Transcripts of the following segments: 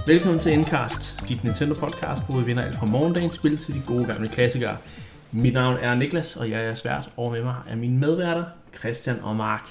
Velkommen til Endcast, dit Nintendo podcast, hvor vi vinder alt fra morgendagens spil til de gode gamle klassikere. Mit navn er Niklas, og jeg er svært over med mig af mine medværter, Christian og Mark.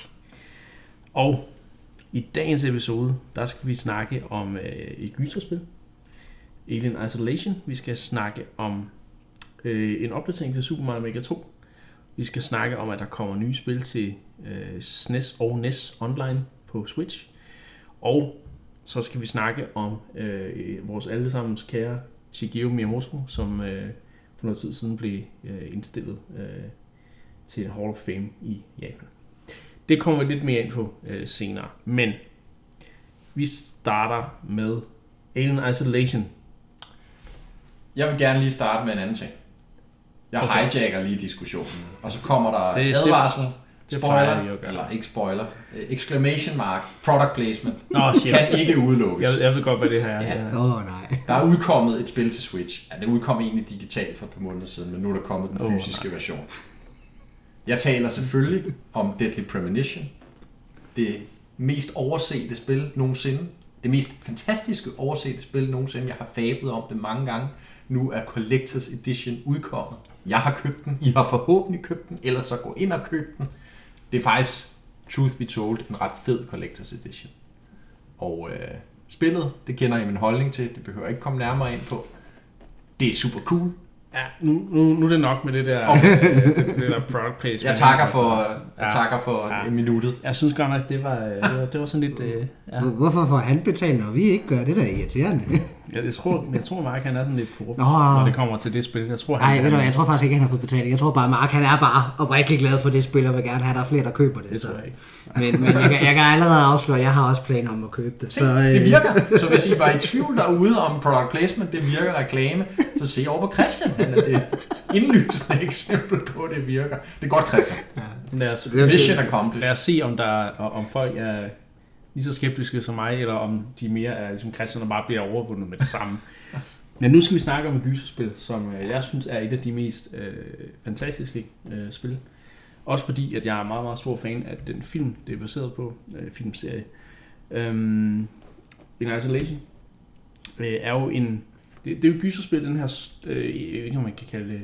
Og i dagens episode, der skal vi snakke om et gyserspil, Alien Isolation. Vi skal snakke om en opdatering til Super Mario Maker 2. Vi skal snakke om, at der kommer nye spil til SNES og NES Online på Switch. Og så skal vi snakke om vores allesammens kære Shigeru Miyamoto, som for noget tid siden blev indstillet til Hall of Fame i Japan. Det kommer vi lidt mere ind på senere. Men vi starter med Alien Isolation. Jeg vil gerne lige starte med en anden ting. Jeg hijacker lige diskussionen, og så kommer der advarsel, spoiler, eller ikke spoiler, exclamation mark, product placement, kan ikke udelukkes. Jeg ved godt, hvad det her er. Ja. Nej. Der er udkommet et spil til Switch. Ja, det udkom egentlig digitalt for et par måneder siden, men nu er der kommet den fysiske version. Jeg taler selvfølgelig om Deadly Premonition, det mest oversete spil nogensinde. Det mest fantastiske oversete spil nogensinde. Jeg har fablet om det mange gange. Nu er Collector's Edition udkommet. Jeg har købt den. I har forhåbentlig købt den. Ellers så gå ind og køb den. Det er faktisk, truth be told, en ret fed Collector's Edition. Og spillet, det kender I min holdning til. Det behøver jeg ikke komme nærmere ind på. Det er super cool. Ja, nu er det nok med det der, det der product placement. Jeg takker for minuttet. Jeg synes godt nok, det var sådan lidt... Hvorfor får han betalt, når vi ikke gør det, der er irriterende? Jeg tror Mark, han er sådan lidt korrupt, når det kommer til det spil. Jeg tror faktisk ikke, han har fået betalt. Jeg tror bare, Mark, han er bare oprigtigt glad for det spil, og vil gerne have, der er flere, der køber det. Det tror jeg ikke. Men jeg kan allerede afsløre, at jeg har også planer om at købe det. Så, det virker. Så hvis I var i tvivl derude om product placement, det virker reklame, så se over på Christian. Han er det indlysende eksempel på, at det virker. Det er godt, Christian. Mission accomplished. Lad os se, om folk er lige så skeptiske som mig, eller om de mere er ligesom Christian og bare bliver overvundet med det samme. Men nu skal vi snakke om et gyserspil, som jeg synes er et af de mest fantastiske spil. Også fordi, at jeg er meget, meget stor fan af den film, det er baseret på, filmserie. Alien Isolation er jo det er jo et gyserspil, den her, jeg ved ikke, om man kan kalde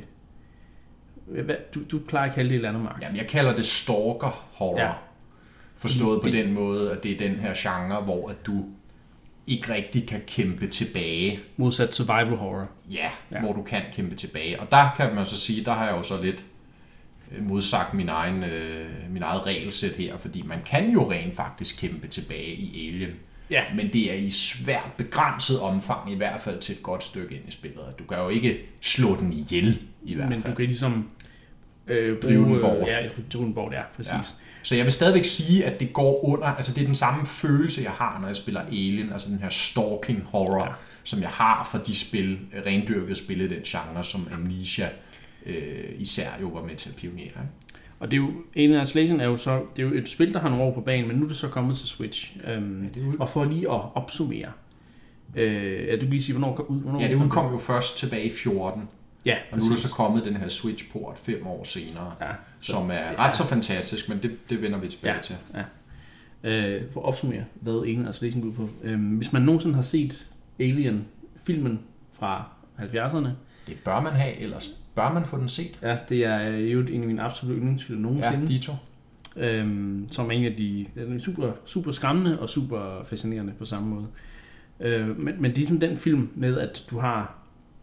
det, du plejer at kalde det et eller andet, Mark. Jamen, jeg kalder det stalker horror. Ja. Forstået på den måde, at det er den her genre, hvor at du ikke rigtig kan kæmpe tilbage. Modsat survival horror. Ja, hvor du kan kæmpe tilbage. Og der kan man så sige, der har jeg jo så lidt modsagt min eget regelsæt her, fordi man kan jo rent faktisk kæmpe tilbage i Alien. Ja. Men det er i svært begrænset omfang, i hvert fald til et godt stykke ind i spillet. Du kan jo ikke slå den ihjel, i hvert fald. Men du kan ligesom drive den bort. Drive den bort, ja, præcis. Ja. Så jeg vil stadigvæk sige, at det går under, altså det er den samme følelse, jeg har, når jeg spiller Alien, altså den her stalking horror, som jeg har fra de spil, rendyrkede spil i den genre, som Amnesia især jo var med til at pionere. Ikke? Og det er jo, Alien Isolation er jo så, det er jo et spil, der har nogle år på banen, men nu er det så kommet til Switch. Og for lige at opsummere, du kan lige sige, hvornår det udkom jo først tilbage i 14. Ja, og nu er der så kommet den her Switch-port 5 år senere, som er ret så fantastisk, men det vender vi tilbage til. Ja. For at opsummere, hvad Alien Isolation går på. Hvis man nogensinde har set Alien-filmen fra 70'erne. Det bør man have, ellers bør man få den set. Ja, det er jo en af mine absolutte yndlingsfilm nogensinde. Ja, de to. Som er en af de super, super skræmmende og super fascinerende på samme måde. Men det er sådan den film med, at du har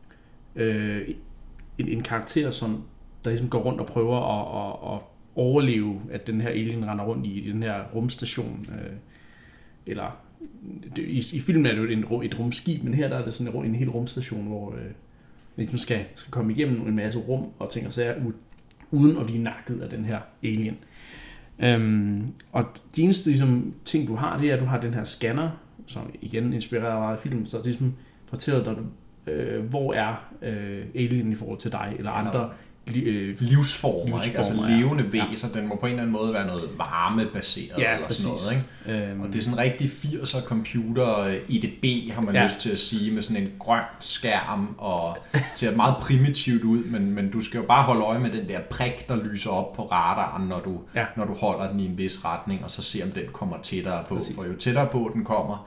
en karakter, som der ligesom går rundt og prøver at overleve, at den her alien render rundt i den her rumstation. Eller i filmen er det jo et rumskib, men her der er det sådan en hel rumstation, hvor man skal komme igennem en masse rum og ting og sager, uden at blive nakket af den her alien. Og de eneste ligesom, ting, du har, det er, at du har den her scanner, som igen inspirerer af filmen, så det ligesom fortæller dig, hvor er alien i forhold til dig, eller andre livsformer, ikke? Altså levende væser. Den må på en eller anden måde være noget varmebaseret eller præcis. Sådan noget, ikke? Og det er sådan en rigtig 80'er computer EDB, har man lyst til at sige, med sådan en grøn skærm, og ser meget primitivt ud, men du skal jo bare holde øje med den der prik, der lyser op på radaren, når du holder den i en vis retning, og så se om den kommer tættere på. Præcis. For jo tættere på den kommer,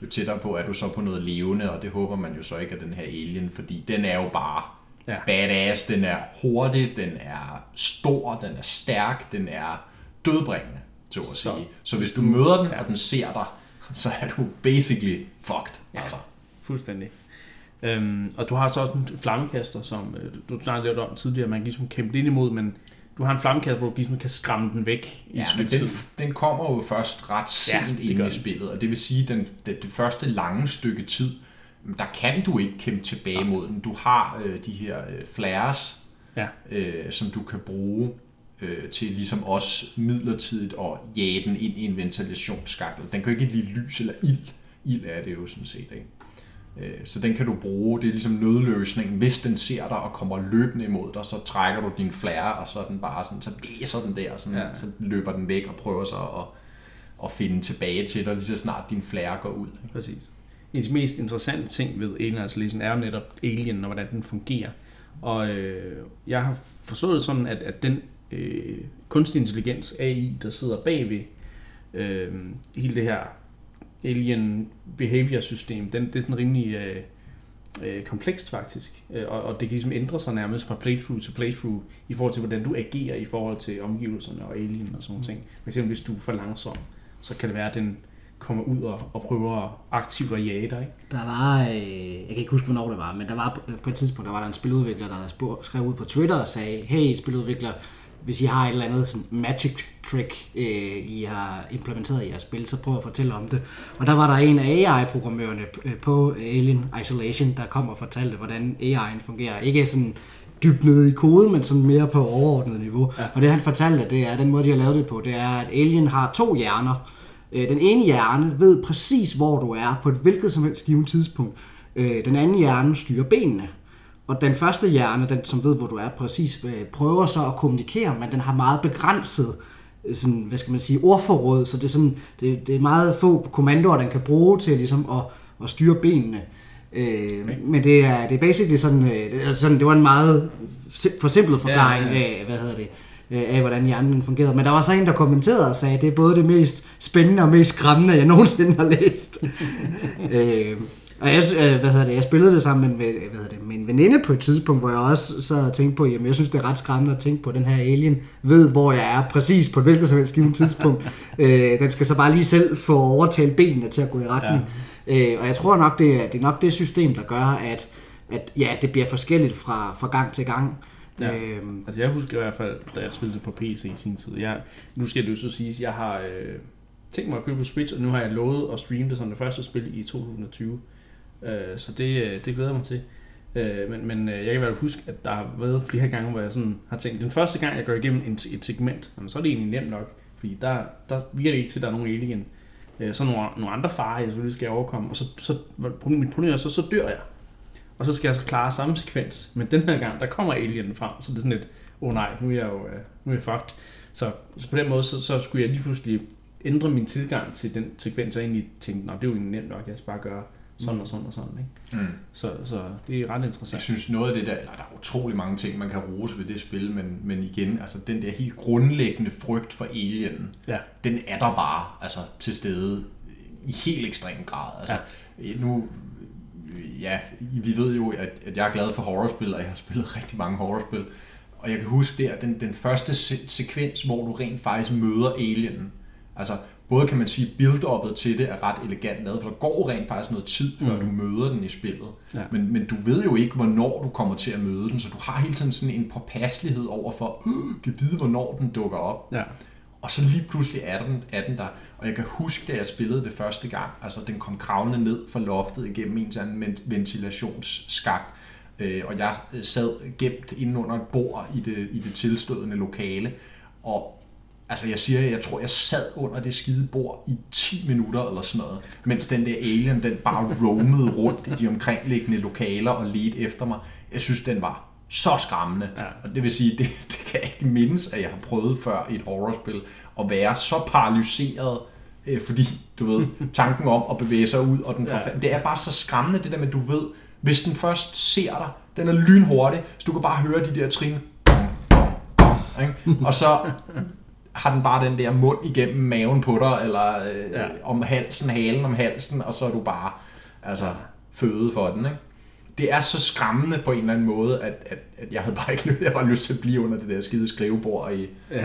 jo tættere på er du så på noget levende, og det håber man jo så ikke af den her alien, fordi den er jo bare badass, den er hurtig, den er stor, den er stærk, den er dødbringende, så at sige. Så hvis du møder den, og den ser dig, så er du basically fucked. Ja, altså. Fuldstændig. Og du har så også en flammekaster, som du snakkede lidt om tidligere, man kan ligesom kæmpe ind imod, men du har en flammekaster, hvor du ligesom kan skræmme den væk i et stykke tid. Den kommer jo først ret sent ind i spillet, og det vil sige, at det første lange stykke tid, der kan du ikke kæmpe tilbage mod den. Du har de her flares, som du kan bruge til ligesom også midlertidigt at jage den ind i en ventilationsskakkel. Den kan jo ikke lide lys eller ild. Ild er det jo sådan set, ikke? Så den kan du bruge, det er ligesom nødløsningen. Hvis den ser dig og kommer løbende imod dig, så trækker du din flare, og så er den bare sådan, så blæser den der, sådan, så løber den væk og prøver så at finde tilbage til dig, lige så snart din flare går ud. Ikke? Præcis. En af de mest interessante ting ved Alien Isolation er jo netop Alien og hvordan den fungerer. Og jeg har forstået sådan, at den kunstig intelligens AI, der sidder bagved hele det her alien behavior system, det er sådan rimelig komplekst faktisk, og det kan ligesom ændre sig nærmest fra playthrough til playthrough i forhold til, hvordan du agerer i forhold til omgivelserne og alien og sådan noget ting. For eksempel hvis du er for langsom, så kan det være, at den kommer ud og prøver aktivt at jage dig. Ikke? Der var, jeg kan ikke huske, hvornår det var, men der var på et tidspunkt, der var der en spiludvikler, der skrev ud på Twitter og sagde, hey spiludvikler, hvis I har et eller andet sådan magic trick, I har implementeret i jeres spil, så prøv at fortælle om det. Og der var der en af AI-programmørerne på Alien Isolation, der kom og fortalte, hvordan AI'en fungerer. Ikke sådan dybt nede i koden, men sådan mere på overordnet niveau. Ja. Og det han fortalte, det er, den måde de har lavet det på, det er, at Alien har 2 hjerner. Den ene hjerne ved præcis, hvor du er på et hvilket som helst givet tidspunkt. Den anden hjerne styrer benene. Og den første hjerne, den som ved, hvor du er præcis, prøver så at kommunikere, men den har meget begrænset sådan, hvad skal man sige, ordforråd, så det er, sådan, det er meget få kommandoer, den kan bruge til ligesom at styre benene. Okay. Men det er basically sådan, det var en meget forsimplet forklaring af hvordan hjernen fungerede. Men der var så en, der kommenterede og sagde, at det er både det mest spændende og mest skræmmende, jeg nogensinde har læst. Og jeg spillede det sammen med en veninde på et tidspunkt, hvor jeg også sad og tænkte på, jamen jeg synes det er ret skræmmende at tænke på, den her alien ved, hvor jeg er præcis på et hvilket som helst givet tidspunkt. Den skal så bare lige selv få overtalt benene til at gå i retning. Ja. Og jeg tror nok, det er nok det system, der gør, at det bliver forskelligt fra gang til gang. Ja. Altså jeg husker i hvert fald, da jeg spillede på PC i sin tid. Nu skal det jo så siges, jeg har tænkt mig at købe på Switch, og nu har jeg lovet at streame det som det første spil i 2020. Så det glæder jeg mig til. Men jeg kan i hvert fald huske, at der har været flere gange, hvor jeg sådan har tænkt, den første gang jeg går igennem et segment, så er det egentlig nemt nok, fordi der virker det ikke til, at der er nogen alien. Så nogle andre farer, jeg selvfølgelig skal overkomme, og så mit problem er, så dør jeg. Og så skal jeg så klare samme sekvens, men den her gang, der kommer alienen frem, så det er sådan lidt, nej, nu er jeg fucked. Så på den måde, så skulle jeg lige pludselig ændre min tilgang til den sekvens, og egentlig tænkte, det er jo nemt nok, jeg skal bare gøre sådan og sådan og sådan, ikke? Så det er ret interessant. Jeg synes noget af det der er utrolig mange ting, man kan rose ved det spil, men igen, altså den der helt grundlæggende frygt for alienen, den er der bare altså til stede i helt ekstrem grad. Altså nu, vi ved jo, at jeg er glad for horrorspil, og jeg har spillet rigtig mange horrorspil, og jeg kan huske der, den første sekvens, hvor du rent faktisk møder alienen, altså både kan man sige, build-up'et til det er ret elegant lavet, for der går rent faktisk noget tid, før du møder den i spillet. Ja. Men du ved jo ikke, hvornår du kommer til at møde den, så du har hele tiden sådan en påpasselighed over for, kan vide, hvornår den dukker op. Ja. Og så lige pludselig er den der. Og jeg kan huske, da jeg spillede det første gang, altså den kom kravlende ned fra loftet igennem en sådan ventilationsskakt, og jeg sad gemt inde under et bord i det tilstødende lokale, og altså jeg tror jeg sad under det skide bord i 10 minutter eller sådan noget, mens den der alien, den bare roamede rundt i de omkringliggende lokaler og ledte efter mig. Jeg synes, den var så skræmmende. Ja. Og det vil sige, det kan jeg ikke mindes, at jeg har prøvet før i et horrorspil, at være så paralyseret, fordi, du ved, tanken om at bevæge sig ud, og det er bare så skræmmende, det der med, du ved, hvis den først ser dig, den er lynhurtig, så du kan bare høre de der trin, og så har den bare den der mund igennem maven på dig, eller om halsen, halen om halsen, og så er du bare føde for den, ikke? Det er så skræmmende på en eller anden måde, at jeg havde bare ikke lyst til at blive under det der skide skrivebord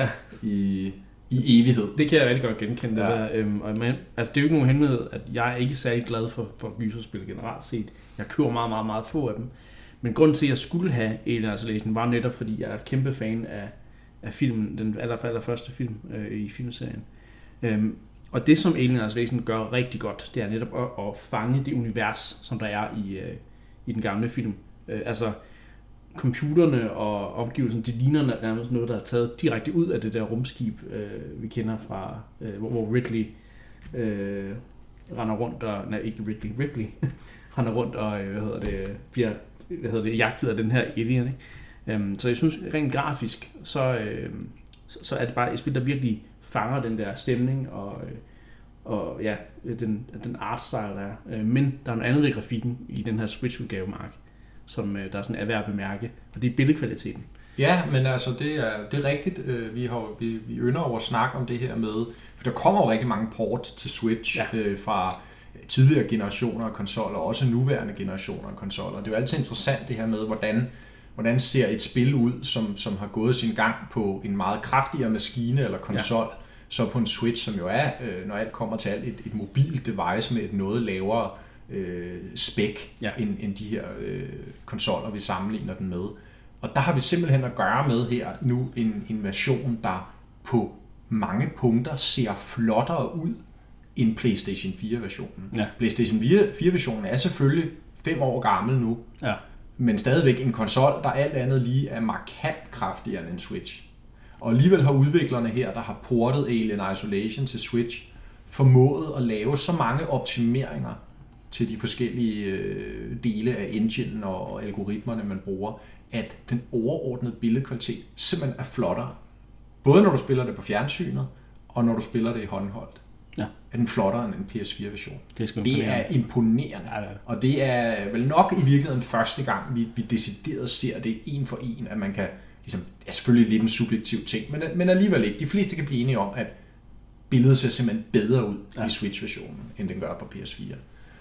i evighed. Det kan jeg rigtig godt genkende. Det der. Og det er jo ikke nogen hemmelighed, at jeg er ikke særlig glad for gyserspil generelt set. Jeg køber meget, meget, meget få af dem. Men grunden til, at jeg skulle have Alien Isolation, var netop, fordi jeg er kæmpe fan af filmen, den allerførste film i filmserien. Og det, som Alien Isolation gør rigtig godt, det er netop at fange det univers, som der er i den gamle film. Computerne og omgivelserne, de ligner nærmest noget, der er taget direkte ud af det der rumskib, vi kender fra, hvor Ridley render rundt og... Nej, ikke Ripley render rundt og, bliver jagtet af den her alien, ikke? Så jeg synes, rent grafisk, så er det bare et spil, der virkelig fanger den der stemning og den artstyle, der er. Men der er noget andet ved grafikken i den her Switch-udgave, Mark, som der er sådan er værd at bemærke, og det er billedkvaliteten. Ja, men altså, det er rigtigt. Vi ynder over at snakke om det her med, for der kommer jo rigtig mange ports til Switch fra tidligere generationer af konsoller, og også nuværende generationer af konsoller. Det er jo altid interessant det her med, hvordan ser et spil ud, som har gået sin gang på en meget kraftigere maskine eller konsol, så på en Switch, som jo er, når alt kommer til alt, et mobilt device med et noget lavere spec end de her konsoller, vi sammenligner den med. Og der har vi simpelthen at gøre med her nu en version, der på mange punkter ser flottere ud end PlayStation 4-versionen. Ja. PlayStation 4-versionen er selvfølgelig 5 år gammel nu, men stadigvæk en konsol, der alt andet lige er markant kraftigere end en Switch. Og alligevel har udviklerne her, der har portet Alien Isolation til Switch, formået at lave så mange optimeringer til de forskellige dele af engine og algoritmerne, man bruger, at den overordnede billedkvalitet simpelthen er flottere. Både når du spiller det på fjernsynet, og når du spiller det i håndholdt. Ja. Er den flottere end en PS4-version. Det er imponerende. Ja. Og det er vel nok i virkeligheden første gang, vi decideret ser det en for en, at man kan, ligesom, det er selvfølgelig lidt en subjektiv ting, men alligevel ikke. De fleste kan blive enige om, at billedet ser simpelthen bedre ud i Switch-versionen, end den gør på PS4.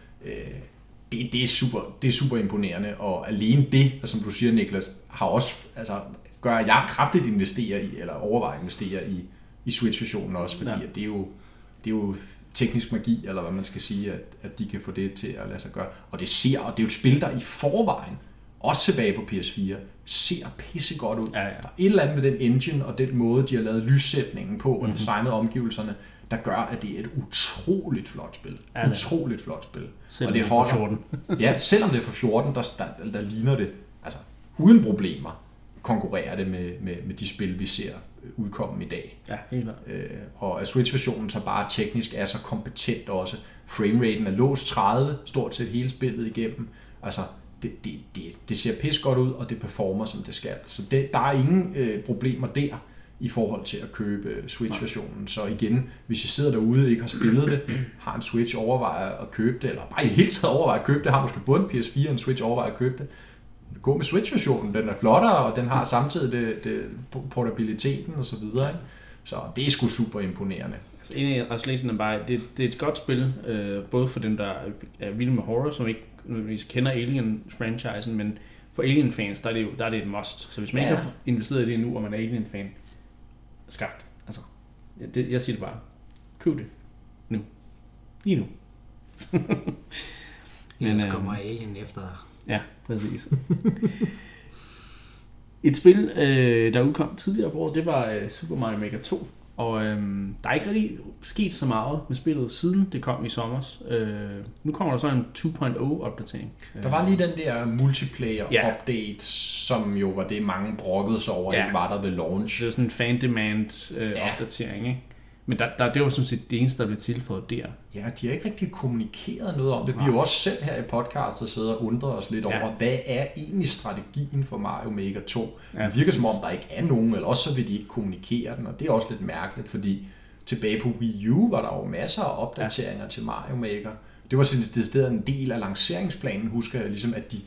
Det er super imponerende, og alene det, som du siger, Niklas, har også, gør, at jeg kraftigt investerer i, eller overvejer at investere i Switch-versionen også, fordi at det er jo teknisk magi, eller hvad man skal sige, at de kan få det til at lade sig gøre. Og det er jo et spil, der i forvejen, også tilbage på PS4, ser pissegodt ud. Ja. Der er et eller andet med den engine, og den måde, de har lavet lyssætningen på, og designet omgivelserne, der gør, at det er et utroligt flot spil. Utroligt flot spil. Selvom og det er for 14. Ja, selvom det er for 14, der ligner det, altså uden problemer, konkurrerer det med de spil, vi ser udkomme i dag. Ja, helt og at Switch-versionen så bare teknisk er så kompetent også. Frameraten er låst 30, stort set hele spillet igennem. Altså, det ser pis godt ud, og det performer, som det skal. Så der er ingen problemer der i forhold til at købe Switch-versionen. Så igen, hvis I sidder derude og ikke har spillet det, har en Switch overvejer at købe det, eller bare i hele taget overvejer at købe det, har måske både en PS4 og en Switch overvejer at købe det, gå med Switch-versionen. Den er flottere, og den har samtidig portabiliteten og så videre. Ikke? Så det er sgu super imponerende. Altså, Isolation er bare, det er et godt spil, både for dem, der er vilde med horror, som ikke nødvendigvis kender Alien-franchisen, men for Alien-fans, der er det et must. Så hvis man ikke har investeret i det endnu, og man er Alien-fan, skabt. Altså, jeg siger det bare. Køb det. Nu. Lige nu. Men så kommer Alien efter dig. Ja, præcis. Et spil, der udkom tidligere på året, det var Super Mario Maker 2. Og der er ikke rigtig sket så meget med spillet, siden det kom i sommer. Nu kommer der så en 2.0-opdatering. Der var lige den der multiplayer-update, som jo var det, mange brokkede sig over, ikke var der ved launch. Det var sådan en fan-demand-opdatering, ikke? Men det var sådan set det eneste, der blev tilføjet der. Ja, de har ikke rigtig kommunikeret noget om det. Vi har jo også selv her i podcastet siddet og undret os lidt over, hvad er egentlig strategien for Mario Maker 2? Det virker som om, der ikke er nogen, eller også så vil de ikke kommunikere den, og det er også lidt mærkeligt, fordi tilbage på Wii U var der jo masser af opdateringer til Mario Maker. Det var sådan en del af lanceringsplanen, husker jeg, ligesom at de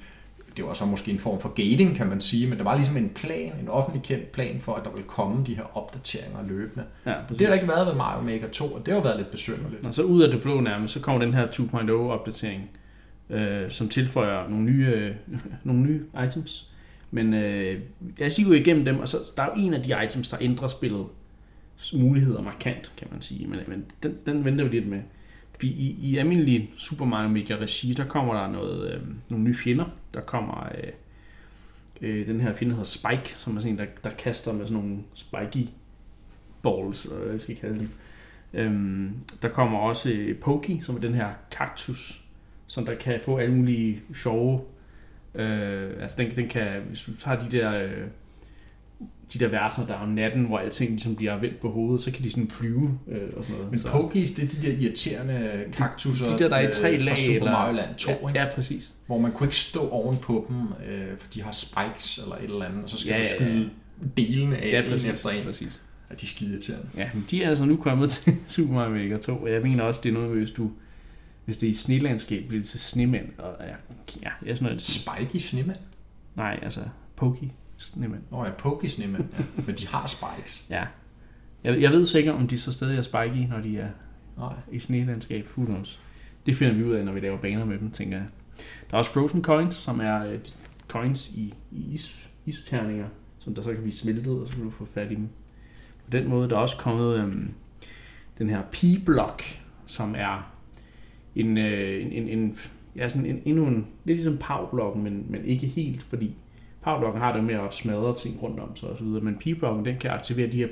det var så måske en form for gating, kan man sige, men der var ligesom en plan, en offentlig kendt plan for, at der ville komme de her opdateringer løbende. Ja, det har der ikke været ved Mario Maker 2, og det har jo været lidt besynderligt. Og så ud af det blå nærmest, så kommer den her 2.0 opdatering, som tilføjer nogle nye items. Men jeg siger jo igennem dem, og så der er jo en af de items, der ændrer spillet muligheder markant, kan man sige. Men den venter vi lidt med. Fordi i almindelig Super Mario Maker regi, der kommer der nogle nye fjender. Der kommer den her fjende, der hedder Spike, som er sådan en, der kaster med sådan nogle spiky balls, eller hvad jeg skal kalde dem. Der kommer også Pokey, som er den her kaktus, som der kan få alle mulige sjove. Altså den kan, hvis du tager de der verdener, der er om natten, hvor alting ligesom bliver vendt på hovedet, så kan de sådan flyve og sådan noget. Men Pokies, det er de der irriterende kaktusser, de der er i 3 lag, fra Super Mario Land 2, ikke? Ja, præcis. Hvor man kunne ikke stå oven på dem, for de har spikes eller et eller andet, og så skal du skyde delene af en efter en. Præcis. Ja, de er skide irriterende. Ja, men de er altså nu kommet til Super Mario Maker 2, og jeg mener også, det er noget, hvis det er i snelandskab, bliver det til snemænd, og ja, sådan noget. Spiky snemænd? Nej, altså Pokey snemænd. Ja, Pokey snemænd, ja. Men de har spikes. Ja. Jeg ved så ikke, om de så stadig er spiky, når de er i snelandskab. Who knows? Det finder vi ud af, når vi laver baner med dem, tænker jeg. Der er også Frozen Coins, som er coins i isterninger, som der så kan blive smeltet, og så kan du få fat i dem. På den måde der er også kommet den her P-block, som er endnu en lidt ligesom Power-blokken, men ikke helt, fordi Power-blokken har det med at smadre ting rundt om sig og så videre, men P-blokken, den kan aktivere de her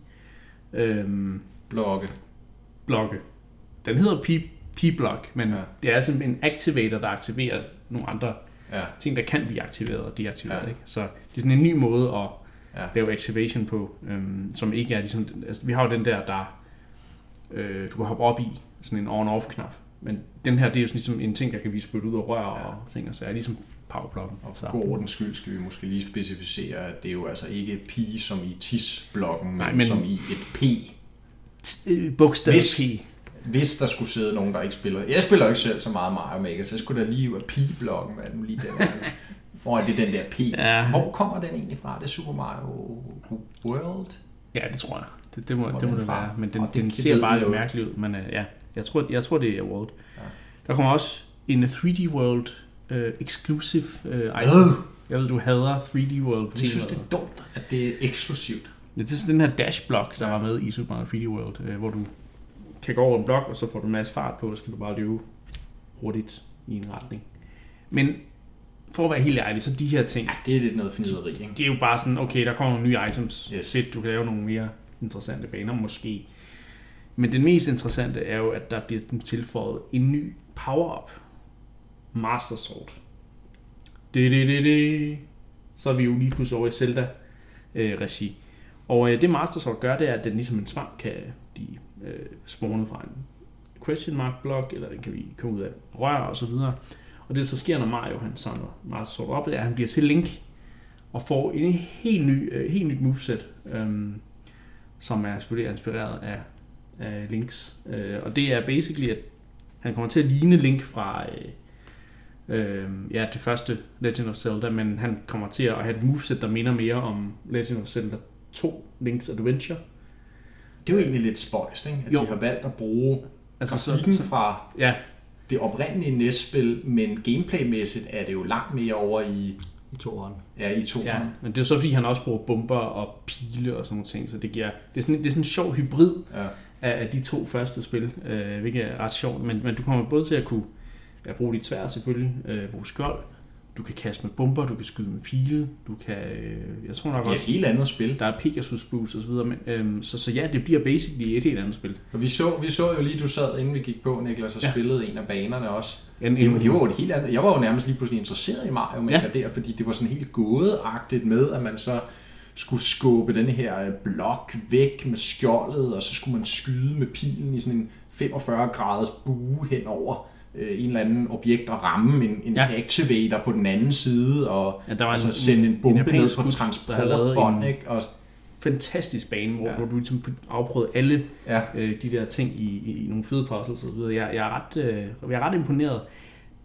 blokke. Den hedder P-block, men det er simpelthen en activator, der aktiverer nogle andre ting, der kan blive aktiveret og deaktiveret. Ikke? Så det er sådan en ny måde at lave activation på, som ikke er ligesom, altså, vi har jo den der du kan hoppe op i, sådan en on-off-knap. Men den her, det er jo sådan ligesom en ting, der kan blive spyttet ud og røre og ting, og så er ligesom powerblokken. Og for god ordens skyld skal vi måske lige specificere, at det er jo altså ikke P som i TIS-blokken, men som i et P. Bogstav P. Hvis der skulle sidde nogen, der ikke spiller. Jeg spiller jo ikke selv så meget Mario Maker, så skulle der lige være P-blokken, hvad nu lige den er. Hvor er det den der P? Ja. Hvor kommer den egentlig fra? Det er Super Mario World? Ja, det tror jeg. Det må det være. Men den ser bare lidt mærkelig ud. Men jeg tror det er World. Ja. Der kommer også en 3D World exclusive item. Jeg ved, du hader 3D World. Jeg synes, det er dumt, at det er eksklusivt. Ja, det er sådan den her dash-blok, der var med i Super Mario 3D World, hvor du kan gå over en blok, og så får du en masse fart på, og så skal du bare løbe hurtigt i en retning. Men for at være helt ærlig, så de her ting... Ja, det er lidt noget fnideri, ikke? Det er jo bare sådan, okay, der kommer nogle nye items. Yes. Fedt, du kan lave nogle mere interessante baner, måske. Men det mest interessante er jo, at der bliver tilføjet en ny power-up. Master Sword. Så er vi jo lige pludselig over i Zelda-regi. Og det Master Sword gør, det er, at den ligesom en svamp kan blive spawnet fra en question mark blok, eller den kan vi komme ud af rør og så videre. Og det så sker, når Mario han samler Master Sword op, det er, at han bliver til Link og får en helt nyt moveset, som er selvfølgelig inspireret af Links. Og det er basically, at han kommer til at ligne Link fra det første Legend of Zelda, men han kommer til at have et moveset, der minder mere om Legend of Zelda 2 Link's Adventure. Det er jo egentlig lidt spøjst, ikke? At de har valgt at bruge grafikken fra det oprindelige NES-spil, men gameplaymæssigt er det jo langt mere over i toeren. Ja, i toeren. Ja, men det er så fordi, han også bruger bomber og pile og sådan nogle ting, så det er sådan en sjov hybrid af de to første spil, hvilket er ret sjovt, men du kommer både til at kunne bruge dit sværd selvfølgelig, bruge skjold, du kan kaste med bomber, du kan skyde med pile, du kan, jeg tror nok også... Det er et helt andet spil. Der er Pegasus Boost og så videre, men, så ja, det bliver basically et helt andet spil. Og vi så jo lige, du sad, inden vi gik på, Niklas, og spillede en af banerne også. Det var jo et helt andet. Jeg var jo nærmest lige pludselig interesseret i Mario Maker der, fordi det var sådan helt gådeagtigt med, at man så skulle skubbe den her blok væk med skjoldet, og så skulle man skyde med pilen i sådan en 45 graders bue henover en eller anden objekt og ramme en activator på den anden side, og altså sende en bombe ned på transportbånd, ikke? Og fantastisk bane, hvor du ligesom afprøvede alle de der ting i nogle fede puzzles og så videre. Jeg er ret imponeret.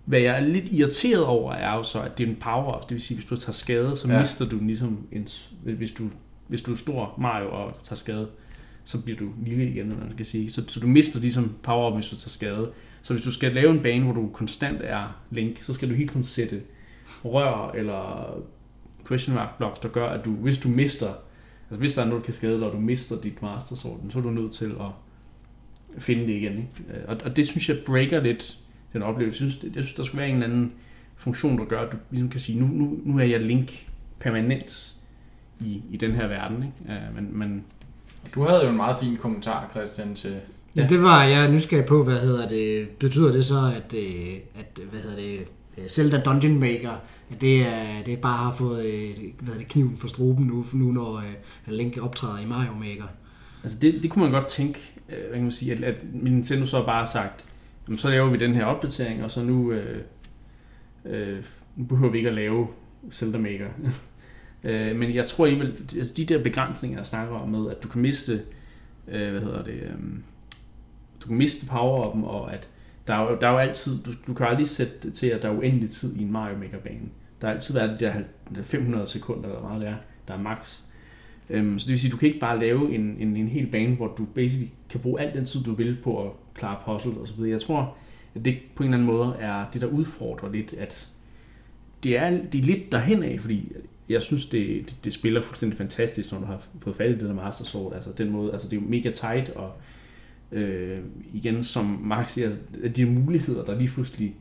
Hvad jeg er lidt irriteret over, er jo så, at det er en power-up. Det vil sige, hvis du tager skade, så mister du den ligesom, hvis du er stor Mario og tager skade, så bliver du lille igen, eller man kan sige. Så du mister ligesom power-up, hvis du tager skade. Så hvis du skal lave en bane, hvor du konstant er Link, så skal du hele tiden sætte rør eller question mark blocks, der gør, at hvis du mister, altså hvis der er noget, du kan skade dig, og du mister dit Master Sword, så er du nødt til at finde det igen. Ikke? Og det synes jeg breaker lidt den oplevelse. Jeg synes, der skulle være en eller anden funktion, der gør, at du ligesom kan sige, nu er jeg Link permanent i den her verden. Ikke? Men du havde jo en meget fin kommentar, Christian, til... Ja, det var jeg nysgerrig på, betyder det så, at Zelda Dungeon Maker, at det bare har fået kniven for struben nu når Link optræder i Mario Maker? Altså det kunne man godt tænke, hvad kan man sige, at Nintendo så bare har sagt, jamen, så laver vi den her opdatering, og så nu behøver vi ikke at lave Zelda Maker. Men jeg tror alligevel, altså de der begrænsninger, jeg snakker om med, at du kan miste, du kan miste power-up'en, og at der er jo altid, du kan aldrig sætte det til, at der er uendelig tid i en Mario Maker bane. Der har altid været de der 500 sekunder, eller meget der er max. Så det vil sige, du kan ikke bare lave en hel bane, hvor du basically kan bruge al den tid, du vil på at klare puzzle og så videre. Jeg tror, at det på en eller anden måde er det, der udfordrer lidt, at det er lidt derhen af, fordi jeg synes, det spiller fuldstændig fantastisk, når du har fået fat i det der Master Sword. Altså den måde, altså det er jo mega tight, og igen, som Mark siger, altså, de muligheder, der lige pludselig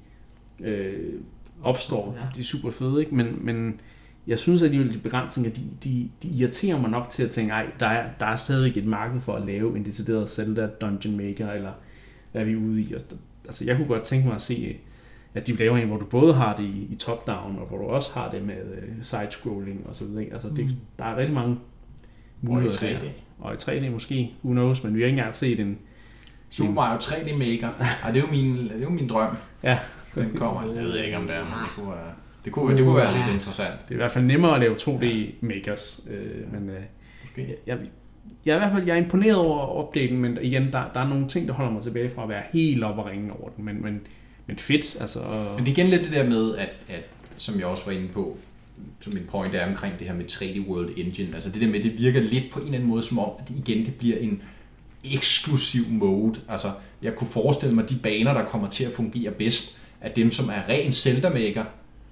opstår, de er super fede, ikke? Men jeg synes alligevel, de begrænsninger, de irriterer mig nok til at tænke, der er stadig et marked for at lave en decideret Zelda Dungeon Maker, eller hvad er vi ude i? Altså, jeg kunne godt tænke mig at se, at de laver en, hvor du både har det i top-down, og hvor du også har det med side-scrolling og så videre. Altså, der er rigtig mange muligheder der. Og i 3D måske, who knows, men vi har ikke engang set en Super Mario 3D Maker. Det er jo min drøm. Ja. Den kommer. Jeg ved ikke, om det er, men det kunne være lidt interessant. Det er i hvert fald nemmere at lave 2D makers, men jeg er i hvert fald imponeret over opdateringen, men igen, der er nogle ting, der holder mig tilbage fra at være helt oppe og ringe over den, men fedt. Altså, men det er igen lidt det der med, at som jeg også var inde på, som min point er omkring det her med 3D World Engine, altså det der med, det virker lidt på en eller anden måde, som om, at det bliver en eksklusiv mode. Altså, jeg kunne forestille mig, at de baner, der kommer til at fungere bedst, er dem, som er ren Zelda Maker,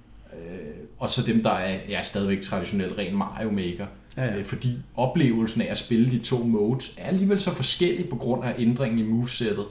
og så dem, der er stadigvæk traditionelt ren Mario Maker. Ja. Fordi oplevelsen af at spille de to modes er alligevel så forskellig på grund af ændringen i movesettet,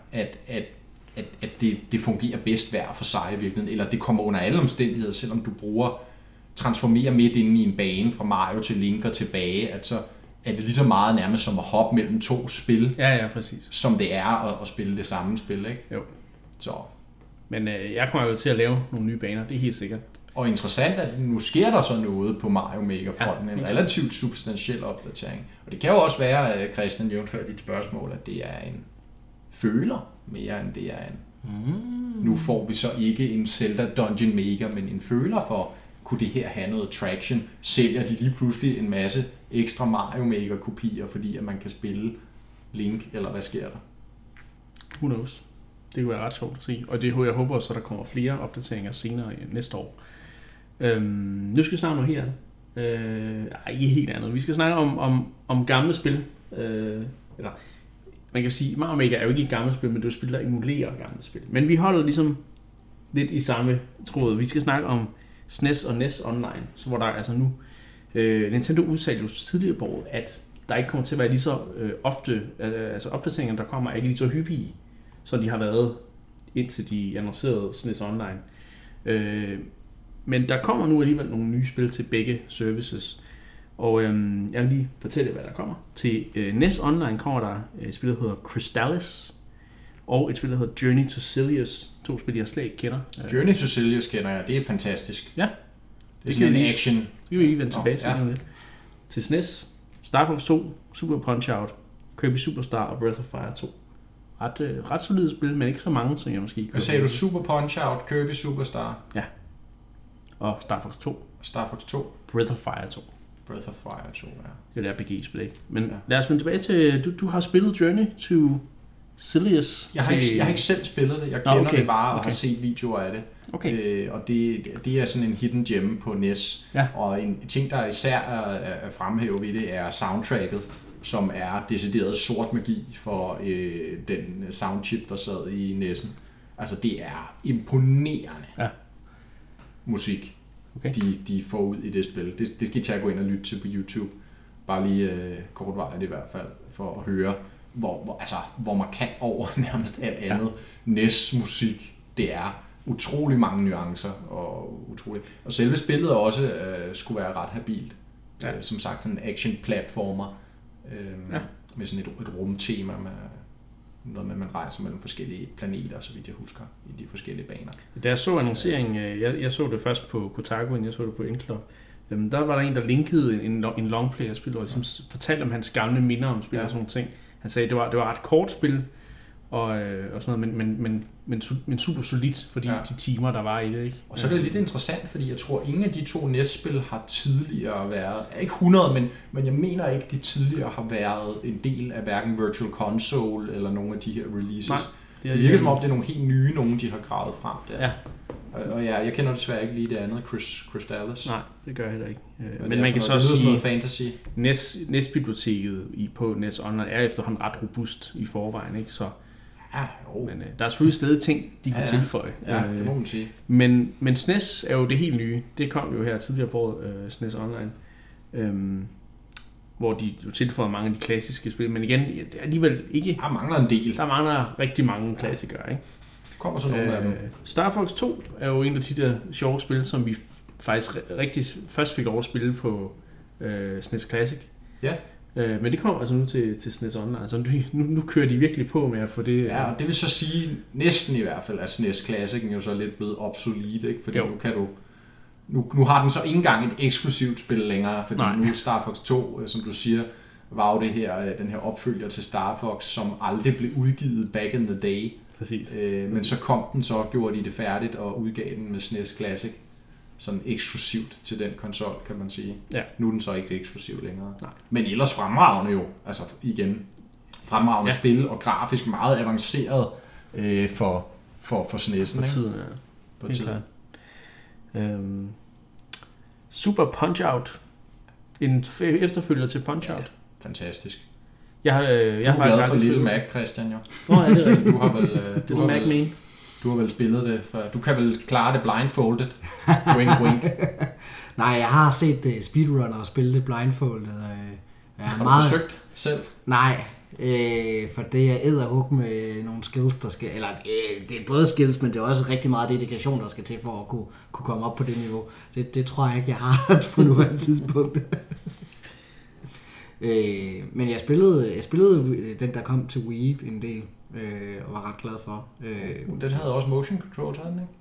at det fungerer bedst hver for sig i virkeligheden, eller det kommer under alle omstændigheder, selvom du transformerer midt inde i en bane fra Mario til Link og tilbage, at så er det lige så meget nærmest som at hoppe mellem to spil, præcis. Som det er at spille det samme spil, ikke? Jo. Så. Men jeg kommer jo til at lave nogle nye baner, det er helt sikkert. Og interessant, at nu sker der så noget på Mario Maker-fronten, en relativt substantiel opdatering. Og det kan jo også være, Christian, jævnfør dit spørgsmål, at det er en føler mere end det er en. Nu får vi så ikke en Zelda Dungeon Maker, men en føler for, kunne det her have noget traction? Sælger de lige pludselig en masse ekstra Mario Maker-kopier, fordi at man kan spille Link, eller hvad sker der? Who knows? Det kunne være ret sjovt at se. Og det jeg håber så, der kommer flere opdateringer senere næste år. Nu skal vi snakke om noget helt andet. Ikke helt andet. Vi skal snakke om gamle spil. Eller man kan sige, Mario Maker er jo ikke et gammelt spil, men det er et spil, der emulerer gamle spil. Men vi holder ligesom lidt i samme tråd. Vi skal snakke om SNES og NES Online, så hvor der altså nu Nintendo udtalte jo tidligere på året, at der ikke kommer til at være lige så ofte, altså opdateringer, der kommer, er ikke lige så hyppige, som de har været indtil de annoncerede SNES Online. Men der kommer nu alligevel nogle nye spil til begge services. Og jeg vil lige fortælle, hvad der kommer. Til NES Online kommer der et spil, der hedder Crystallis, og et spil, der hedder Journey to Silius. 2 spil, jeg slet ikke kender. Journey to Silius kender jeg, det er fantastisk. Ja. Det er sådan en action. Det kan vi lige vende tilbage til lidt. Til SNES, Star Fox 2, Super Punch-Out, Kirby Superstar og Breath of Fire 2. Ret solide spil, men ikke så mange, som jeg måske... Hvad sagde du? Super Punch-Out, Kirby Superstar? Ja. Og Star Fox 2. Star Fox 2. Breath of Fire 2. Breath of Fire 2, ja. Det er et RPG-spil, ikke? Men lad os vende tilbage til... Du har spillet Journey to Silius? Jeg har ikke selv spillet det. Jeg kender det bare og har set videoer af det. Okay. Og det er sådan en hidden gem på NES. Ja. Og en ting, der især er fremhævet ved det, er soundtracket, som er decideret sort magi for den soundchip, der sad i NES'en. Altså, det er imponerende musik, de får ud i det spil. Det skal I tage at gå ind og lytte til på YouTube. Bare lige kortvarigt i hvert fald, for at høre, hvor markant over nærmest alt andet NES-musik det er. Utrolig mange nuancer, og selve spillet også skulle være ret habilt. Ja. Som sagt, sådan en action-platformer med sådan et rumtema med noget med, at man rejser mellem forskellige planeter, så vidt jeg husker, i de forskellige baner. Da jeg så annonceringen, jeg så det først på Kotaku, inden jeg så det på Inclub, der var der en, der linkede en longplayer-spil, og ligesom fortalte om hans gamle minder om spil og sådan nogle ting. Han sagde, det var et ret kort spil, og sådan noget, men super solidt, fordi de timer, der var i det. Ikke? Og så er det lidt interessant, fordi jeg tror, ingen af de to NES-spil har tidligere været, ikke 100, men jeg mener ikke, de tidligere har været en del af hverken Virtual Console eller nogle af de her releases. Nej, det virker som om, det er nogle helt nye, nogle de har gravet frem der. Ja. Og jeg kender desværre ikke lige det andet, Crystallis. Nej, det gør jeg heller ikke. Men man kan så sige, noget fantasy. NES-biblioteket på NES Online er efterhånden ret robust i forvejen, ikke? Så men der er selvfølgelig stadig ting, de kan tilføje. Ja, det må man sige. Men SNES er jo det helt nye. Det kom jo her tidligere på året, SNES Online. Hvor de jo tilføjer mange af de klassiske spil. Men igen, det er alligevel ikke... Der mangler en del. Der mangler rigtig mange klassikere, ikke? Kommer så nogle af dem. Star Fox 2 er jo en af de der sjove spil, som vi faktisk rigtig først fik over at spille på SNES Classic. Ja. Men det kommer altså nu til SNES Online. Altså nu kører de virkelig på med at få det... Ja, og det vil så sige, næsten i hvert fald, at SNES Classic'en jo så lidt blevet obsolet, ikke? Fordi nu kan du... Nu har den så ikke engang et eksklusivt spil længere, fordi nu Star Fox 2, som du siger, var jo den her opfølger til Star Fox, som aldrig blev udgivet back in the day. Præcis. Men så kom den, så gjorde de det færdigt og udgav den med SNES Classic. Sådan eksklusivt til den konsol, kan man sige. Ja. Nu er den så ikke eksklusiv længere. Nej. Men ellers fremragende jo. Altså igen, fremragende spil og grafisk meget avanceret for SNES'en. På tiden, ja. På tiden. Super Punch-Out. En efterfølger til Punch-Out. Fantastisk. Jeg er glad for Little Mac, Christian, jo. Nå, ja, det er rigtigt. Du har vel spillet det, for du kan vel klare det blindfolded. Wink, wink. Nej, jeg har set speedrunner spille det blindfolded. Har du forsøgt selv? Nej, for det er edderhug med nogle skills, der skal... Eller det er både skills, men det er også rigtig meget dedikation, der skal til for at kunne komme op på det niveau. Det tror jeg ikke, jeg har på nuværende tidspunkt. Men jeg spillede den, der kom til Wii en del, og var ret glad for. Den havde også motion control, havde den ikke?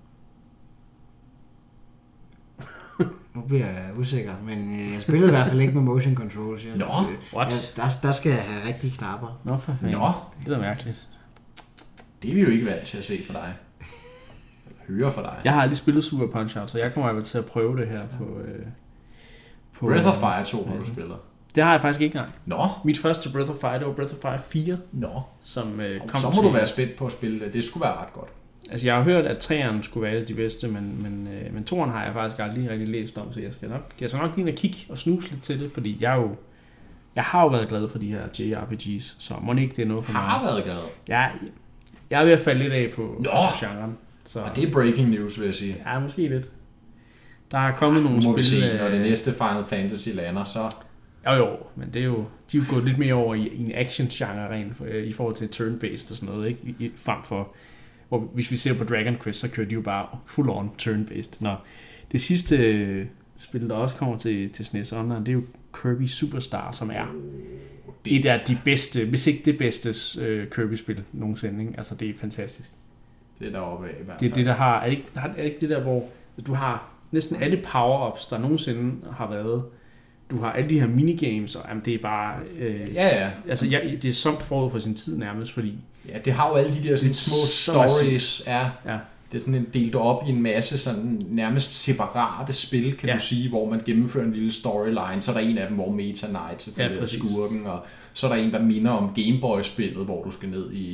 Nu bliver jeg usikker, men jeg spillede i hvert fald ikke med motion controls. Der skal jeg have rigtige knapper. Nå, for fanden. Det er mærkeligt. Det er vi jo ikke vant til at se for dig. Høre for dig. Jeg har aldrig spillet Super Punch-Out, så jeg kommer til at prøve det her på Breath of Fire 2, hvor du spiller. Det har jeg faktisk ikke engang. Nå. Mit første Breath of Fire, det var Breath of Fire 4. Nå. Som kom så må du være spændt på at spille det. Det skulle være ret godt. Altså, jeg har hørt, at 3'eren skulle være de bedste, men 2'eren har jeg faktisk aldrig rigtig læst om, så jeg skal nok lige kigge og snuse lidt til det, fordi jeg har jo været glad for de her JRPGs, så må ikke det er noget for mig. Har været glad? Jeg er ved at falde lidt af på genren. Så. Og det er breaking news, vil jeg sige. Ja, måske lidt. Der er kommet nogle spil... Se, når det næste Final Fantasy lander, så... Jo, men det er jo, de er jo gået lidt mere over i en action-genre i forhold til turn-based og sådan noget, ikke? Frem for, hvor hvis vi ser på Dragon Quest, så kører de jo bare full-on turn-based. Nå, det sidste spil, der også kommer til SNES Online, det er jo Kirby Superstar, som er et af de bedste, hvis ikke det bedste Kirby-spil nogensinde, ikke? Altså, det er fantastisk. Det er deroppe af i hvert fald. Det er det, der har... Er det ikke det der, hvor du har næsten alle power-ups, der nogensinde har været... Du har alle de her minigames, og jamen, det er bare... Altså, det er somt forud for sin tid nærmest, fordi... Ja, det har jo alle de der sådan, små stories. Ja. Det er sådan en delt op i en masse sådan, nærmest separate spil, kan du sige, hvor man gennemfører en lille storyline. Så er der en af dem, hvor Meta Knight selvfølgelig er skurken, og så er der en, der minder om Game Boy-spillet, hvor du skal ned i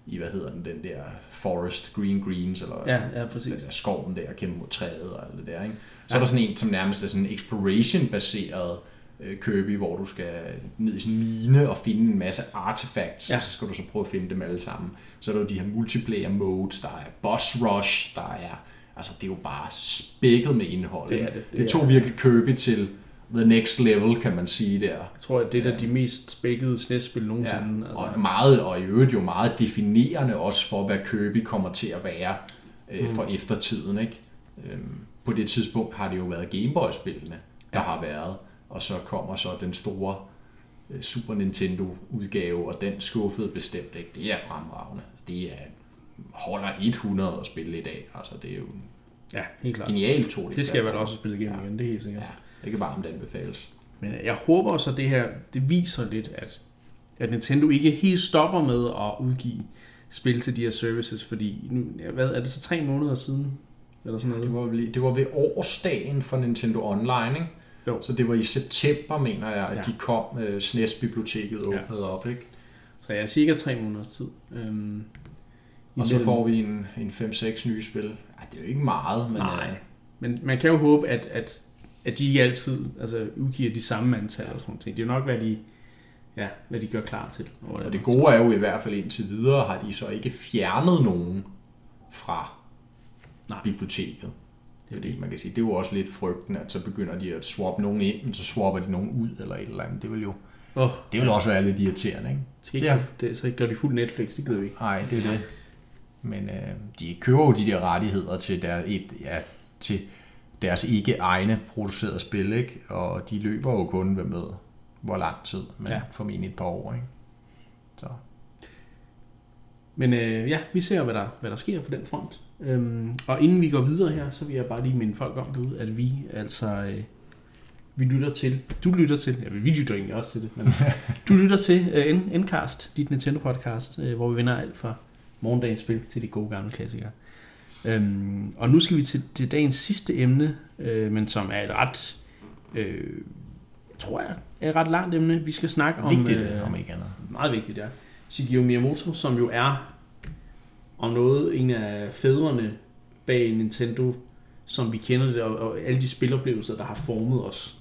den der Forest, Green Greens, eller ja, præcis. Den der skoven der, kæmpe mod træet og alt det der, ikke? Så er der sådan en, som nærmest er sådan en exploration-baseret Kirby, hvor du skal ned i sådan en mine og finde en masse artefacts, og så skal du så prøve at finde dem alle sammen. Så er der jo de her multiplayer modes, der er boss rush, der er, altså det er jo bare spækket med indhold. Det tog virkelig Kirby til the next level, kan man sige der. Jeg tror, at det er de mest spækkede SNES-spil nogensinde. Ja, og i øvrigt jo meget definerende også for, hvad Kirby kommer til at være for eftertiden, ikke? På det tidspunkt har det jo været Game Boy-spillene, der har været, og så kommer så den store Super Nintendo-udgave, og den skuffede bestemt ikke. Det er fremragende. Det holder 100 at spille i dag. Altså, det er jo helt klart. Genialt det skal jeg vel også spille igennem igen, det er helt sikkert. Ja, det kan varmt anbefales. Men jeg håber også, at det her, det viser lidt, at Nintendo ikke helt stopper med at udgive spil til de her services, fordi nu, hvad er det så 3 måneder siden? Eller sådan noget? Det var ved årsdagen for Nintendo Online, ikke? Jo. Så det var i september, mener jeg, at de kom, SNES-biblioteket åbnede op, ikke? Så jeg er cirka 3 måneders tid. Og så får vi en 5-6 nye spil. Ej, det er jo ikke meget, men... Nej, men man kan jo håbe, at de ikke altid udgiver de samme antal og sådan ting. Det er jo nok, hvad de gør klar til. Og det gode er jo i hvert fald indtil videre, har de så ikke fjernet nogen fra biblioteket. Fordi man kan sige, det er jo også lidt frygten, at så begynder de at swappe nogen ind, men så swapper de nogen ud eller et eller andet. Det vil jo det vil også være lidt irriterende, ikke? Så gør de fuld Netflix, det gider vi ikke. Nej, det er det. Men de køber jo de der rettigheder til deres ikke egne producerede spil, ikke? Og de løber jo kun med hvor lang tid, men formentlig et par år, ikke? Så. Men vi ser, hvad der sker på den front. Og inden vi går videre her, så vil jeg bare lige minde folk om derude, at vi vi lytter til, vi lytter egentlig også til det, men du lytter til Endcast, dit Nintendo podcast, hvor vi vender alt fra morgendagens spil til de gode gamle klassikere. Og nu skal vi til dagens sidste emne, men som er et ret, tror jeg, et ret langt emne. Vi skal snakke om... Vigtigt, om ikke andet. Meget vigtigt, ja. Shigeru Miyamoto, som jo er om noget en af fædrene bag Nintendo, som vi kender det, og alle de spiloplevelser, der har formet os.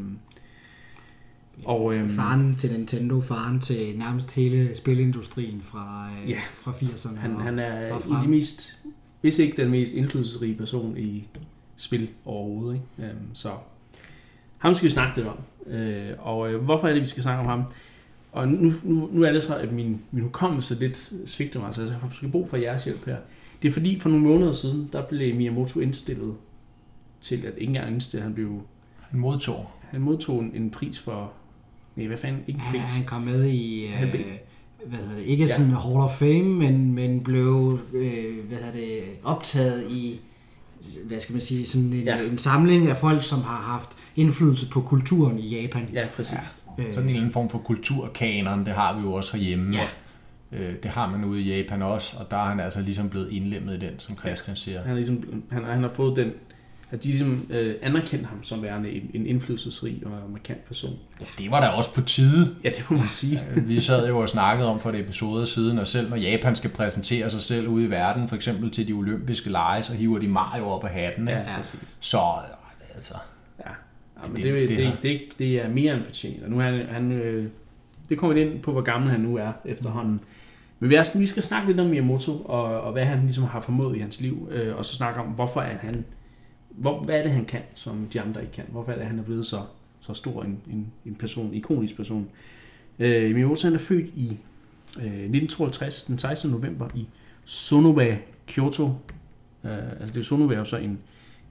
Faren til Nintendo, faren til nærmest hele spilindustrien fra 80'erne. Han er de mest, hvis ikke den mest indflydelsesrige person i spil overhovedet. Ikke? Så ham skal vi snakke lidt om. Og hvorfor er det, vi skal snakke om ham? Og nu er det så, at min hukommelse lidt svigter mig, så jeg har måske brug for jeres hjælp her. Det er fordi, for nogle måneder siden, der blev Miyamoto indstillet til, at ikke engang indstillet, han modtog en pris for... Nej, hvad fanden? Ikke en pris. Han kom med i... ikke sådan Hall of Fame, men blev optaget i... Hvad skal man sige? Sådan en samling af folk, som har haft indflydelse på kulturen i Japan. Ja, præcis. Ja. Sådan en form for kulturkanon, det har vi jo også herhjemme. Ja. Det har man ude i Japan også, og der er han altså ligesom blevet indlemmet i den, som Christian siger. Han har fået den, at de ligesom anerkendte ham som værende en indflydelsesrig og markant person. Ja, det var da også på tide. Ja, det må man sige. Vi sad jo og snakkede om for et episode siden, og selv når Japan skal præsentere sig selv ude i verden, for eksempel til de olympiske lege, så hiver de Mario op af hatten. Ja, præcis. Så altså... Ja, men det er mere end fortjent. Og nu det kommer vi ind på, hvor gammel han nu er efterhånden. Men vi skal snakke lidt om Miyamoto, og hvad han ligesom har formået i hans liv, og så snakke om, hvorfor er han... hvad er det, han kan, som de andre ikke kan? Hvorfor er det, han er blevet så stor en person, ikonisk person? Miyamoto, han er født i 1952, den 16. november, i Sonoba, Kyoto. Sonoba er jo så en...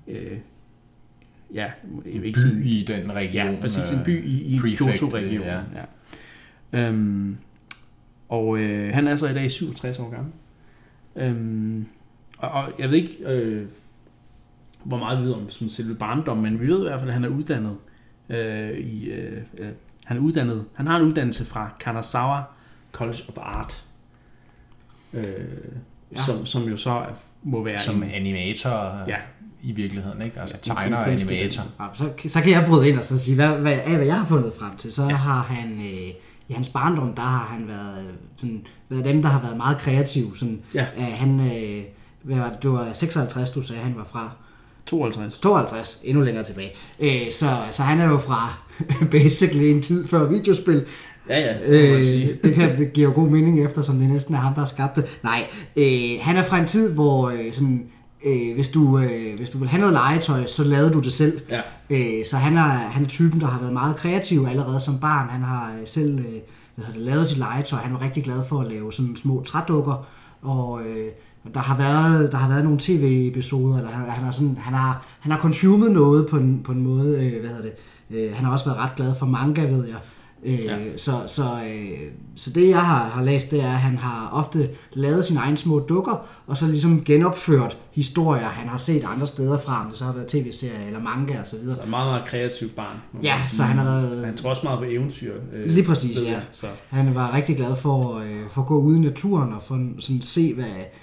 ikke by i den region. Ja, præcis, en by i Kyoto-regionen. Ja. Og han er så i dag 67 år gammel. Og jeg ved ikke, hvor meget vi ved om som selve barndom, men vi ved i hvert fald, at han er uddannet han har en uddannelse fra Kanazawa College of Art, som jo så må være som animator i virkeligheden, ikke? Altså tegner og animator. Så kan jeg bryde ind og så sige, hvad jeg har fundet frem til. Så har han i hans barndom, der har han været dem, der har været meget kreativ. Sådan, det var 56, du sagde, han var fra. 52, endnu længere tilbage. Så han er jo fra basically en tid før videospil. Ja, det må jeg sige. Det kan give god mening, eftersom det næsten er ham, der har skabt det. Nej, han er fra en tid, hvor hvis du vil have noget legetøj, så lavede du det selv. Ja. Så han er typen, der har været meget kreativ allerede som barn. Han har selv lavet sit legetøj. Han var rigtig glad for at lave sådan små trædukker. Og der har været nogle tv-episoder, eller han har consumet noget på en måde. Han har også været ret glad for manga, ved jeg. Så det jeg har læst, det er, at han har ofte lavet sine egne små dukker, og så ligesom genopført historier, han har set andre steder fra, om det så har været tv-serier eller manga og så videre. Så et meget, meget kreativt barn. Ja, så han har været... Han tror også meget på eventyr. Lige præcis, ja. Så. Han var rigtig glad for at gå ude i naturen og for sådan se,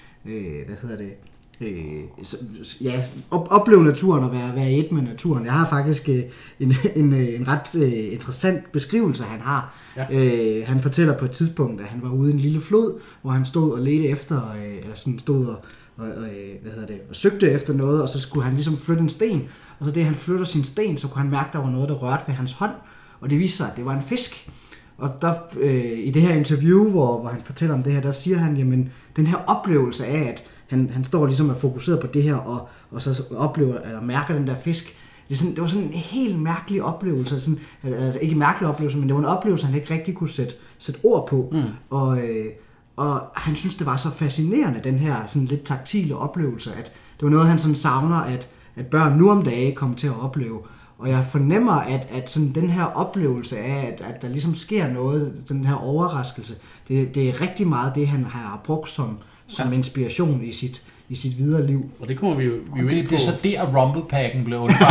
opleve naturen og være et med naturen. Jeg har faktisk en ret interessant beskrivelse, han har. Ja. Han fortæller på et tidspunkt, at han var ude i en lille flod, hvor han stod og ledte efter, eller sådan stod og søgte efter noget, og så skulle han ligesom flytte en sten. Og så det, han flytter sin sten, så kunne han mærke, at der var noget, der rørte ved hans hånd. Og det viste sig, at det var en fisk. Og der, i det her interview, hvor han fortæller om det her, der siger han, jamen, den her oplevelse af, at han står ligesom og er fokuseret på det her, og så oplever, eller mærker den der fisk. Det var sådan en helt mærkelig oplevelse. Sådan, altså ikke en mærkelig oplevelse, men det var en oplevelse, han ikke rigtig kunne sætte ord på. Mm. Og han synes, det var så fascinerende, den her sådan lidt taktile oplevelse, at det var noget, han sådan savner, at børn nu om dage kommer til at opleve. Og jeg fornemmer, at sådan den her oplevelse af, at der ligesom sker noget, den her overraskelse, det er rigtig meget det, han har brugt som inspiration i sit videre liv. Og det kommer vi jo ind på. Det er så der, Rumble-packen blev undfanget.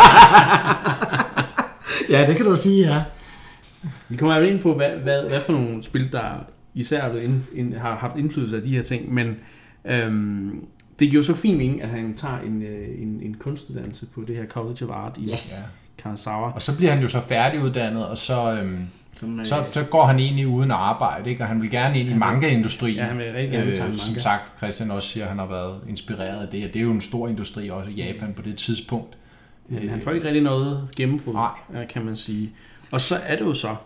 Ja, det kan du sige, ja. Vi kommer jo ind på, hvad for nogle spil, der især har haft indflydelse af de her ting, men det giver jo så fint mening, at han tager en kunstuddannelse på det her College of Art i Kanazawa. Og så bliver han jo så færdiguddannet, og så går han egentlig uden arbejde, ikke? Og han vil gerne ind i manga-industrien. Ja, han vil rigtig gerne tage manga. Som sagt, Christian også siger, at han har været inspireret af det, og det er jo en stor industri også i Japan på det tidspunkt. Men han får ikke rigtig noget gennembrud, kan man sige. Og så er det jo så...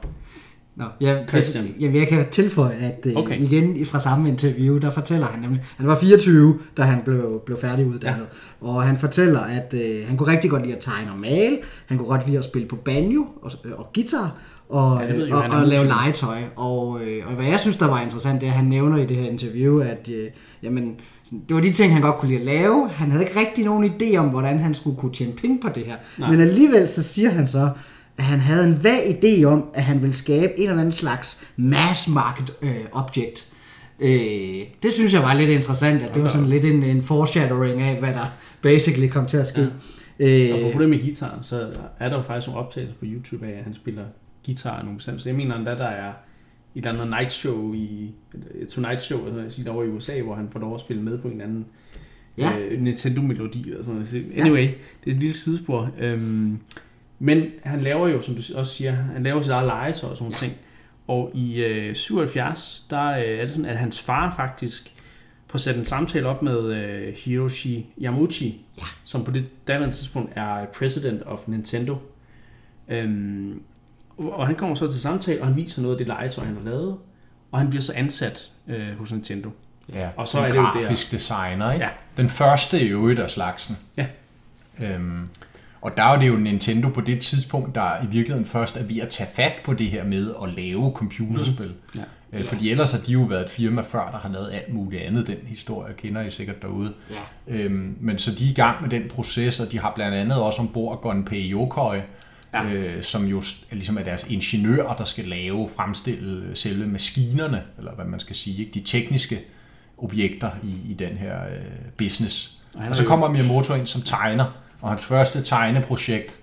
Jeg kan tilføje, at igen fra samme interview, der fortæller han nemlig, han var 24, da han blev færdiguddannet, og han fortæller, at han kunne rigtig godt lide at tegne og male, han kunne godt lide at spille på banjo og guitar, og lave legetøj. Og hvad jeg synes, der var interessant, det er, at han nævner i det her interview, at det var de ting, han godt kunne lide at lave. Han havde ikke rigtig nogen idé om, hvordan han skulle kunne tjene penge på det her. Nej. Men alligevel så siger han så, at han havde en vag idé om, at han ville skabe en eller anden slags mass market object. Det synes jeg var lidt interessant, at det var sådan lidt en foreshadowing af, hvad der basically kom til at ske. Ja. Og på det med guitar, så er der jo faktisk nogle optagelser på YouTube af, at han spiller guitar nogle bestemte. Så jeg mener endda, der er et eller andet night show Tonight Show, over i USA, hvor han får lov at spille med på en anden Nintendo-melodi eller sådan noget. Anyway, det er et lille sidespor. Men han laver jo, som du også siger, han laver sit eget legetøj og sådan nogle ting. Og i 77, der er det sådan, at hans far faktisk får sat en samtale op med Hiroshi Yamauchi, som på det daværende tidspunkt er president of Nintendo. Og han kommer så til samtale, og han viser noget af det legetøj, han har lavet, og han bliver så ansat hos Nintendo. Ja, og så er det grafisk designer, ikke? Ja. Den første i øvrigt af slagsen. Ja. Og der er det jo Nintendo på det tidspunkt, der i virkeligheden først er ved at tage fat på det her med at lave computerspil. Mm-hmm. Ja. Fordi ellers har de jo været et firma før, der har lavet alt muligt andet. Den historie kender I sikkert derude. Ja. Men så de er i gang med den proces, og de har blandt andet også ombord Gunpei Yokoi, som jo ligesom er deres ingeniører, der skal fremstille selve maskinerne, eller hvad man skal sige, ikke? De tekniske objekter i den her business. Og så kommer Miyamoto ind som tegner, og hans første tegneprojekt,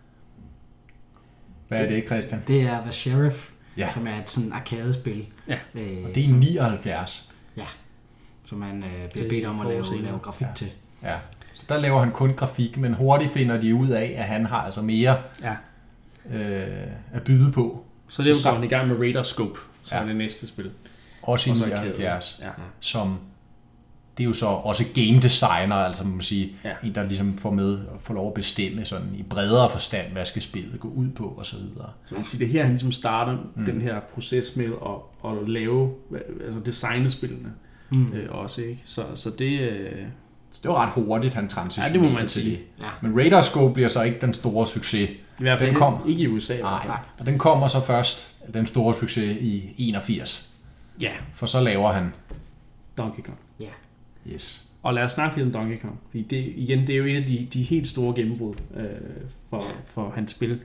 hvad er det, Christian? Det er The Sheriff, som er et sådan arkadespil. Ja. Og det er i 79. Ja, som man bliver bedt om at lave grafik til. Ja. Så der laver han kun grafik, men hurtigt finder de ud af, at han har altså mere at byde på. Så det er jo i gang med Radar Scope, som er det næste spil. Også i 79, som det er jo så også game designer, altså man må sige, en der ligesom får lov at bestemme sådan i bredere forstand, hvad skal spillet gå ud på og så videre. Så man siger, det her han ligesom starter den her proces med at lave, altså designe spillene også, ikke? Så det... Så det var ret hurtigt, han transitionerede det må man sige. Det. Ja. Men Radar Scope bliver så ikke den store succes. I hvert fald ikke i USA. Nej. Og den kommer så først, den store succes, i 81. Ja. For så laver han Donkey Kong. Ja. Yes. Og lad os snakke lidt om Donkey Kong. Fordi det er jo en af de helt store gennembrud for hans spil.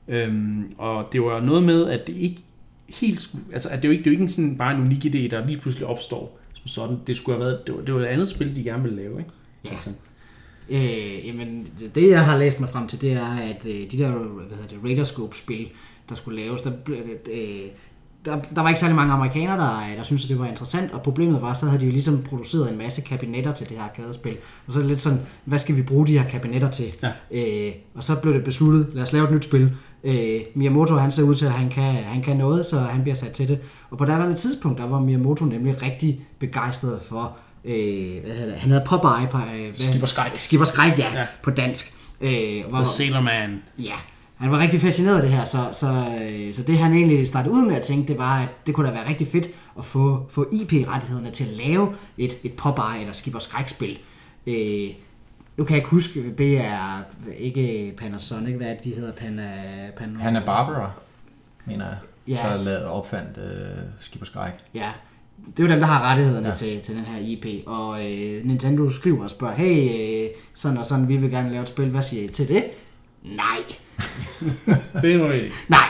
Og det var noget med, at det ikke helt... Altså, at det er jo ikke sådan bare en unik idé, der lige pludselig opstår. Sådan. Det skulle have været... Det var et andet spil, de gerne ville lave, ikke? Ja. Altså. Jamen, det jeg har læst mig frem til, det er, at de der Radar Scope-spil, der skulle laves, der var ikke særlig mange amerikanere, der syntes, at det var interessant, og problemet var, så havde de jo ligesom produceret en masse kabinetter til det her arkadespil, og så er det lidt sådan, hvad skal vi bruge de her kabinetter til? Ja. Og så blev det besluttet, lad os lave et nyt spil. Miyamoto, han ser ud til, at han kan noget, så han bliver sat til det. Og på derværende tidspunkt, der var Miyamoto nemlig rigtig begejstret for, han havde Popeye, Skipper Skræk, ja, på dansk. The Sailor Man. Ja. Han var rigtig fascineret af det her, så det han egentlig startede ud med at tænke, det var, at det kunne da være rigtig fedt at få IP-rettighederne til at lave et Popeye eller Skipper Skræk-spil. Nu kan jeg ikke huske, det er ikke Panasonic, hvad de hedder? Hanna-Barbera, mener jeg, der opfandt Skipper Skræk. Ja, det er jo dem, der har rettighederne til den her IP, og Nintendo skriver og spørger, hey, sådan og sådan, vi vil gerne lave et spil, hvad siger I til det? Nej. Det må ikke. Nej.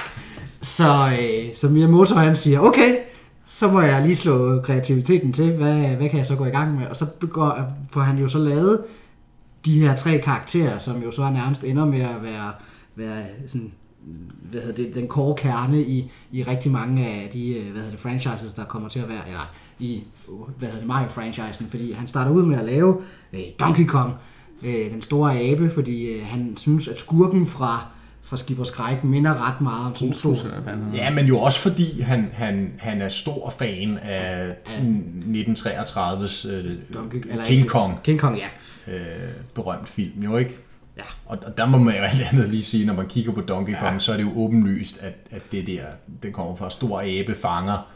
Så Miyamoto han siger, okay, så må jeg lige slå kreativiteten til, hvad kan jeg så gå i gang med? Og så får han jo så lavet de her 3 karakterer, som jo så nærmest ender med at være sådan, den core kerne i rigtig mange af de franchises, der kommer til at være, eller i Mario-franchisen, fordi han starter ud med at lave Donkey Kong, den store abe, fordi han synes, at skurken fra Skipper Skræk minder ret meget om sådan stor. Ja, men jo også fordi han er stor fan af 1933's King Kong. King Kong, ja. Berømt film, jo ikke? Ja. Og der må man jo alt andet lige sige, når man kigger på Donkey Kong, så er det jo åbenlyst, at det kommer fra stor abe fanger,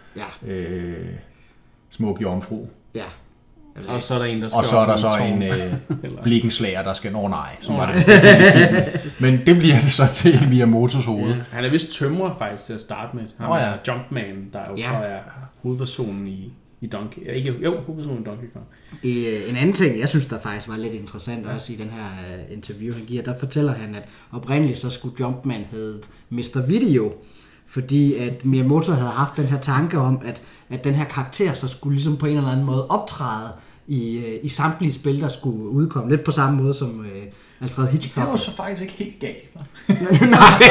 smuk jomfru. Ja. Og så er der en, der skal og så er der så en blikkenslager, der skal... nej, så var det men det bliver det så til Miyamotos hoved. Ja. Han er vist tømrer faktisk til at starte med. Han er Jumpman, der jo så er hovedpersonen i Donkey... hovedpersonen i Donkey Kong. En anden ting, jeg synes, der faktisk var lidt interessant også i den her interview, han giver, der fortæller han, at oprindeligt så skulle Jumpman hedde Mr. Video, fordi at Miyamoto havde haft den her tanke om, at den her karakter så skulle ligesom på en eller anden måde optræde i samtlige spil, der skulle udkomme. Lidt på samme måde som Alfred Hitchcock. Det var så faktisk ikke helt galt. Nej.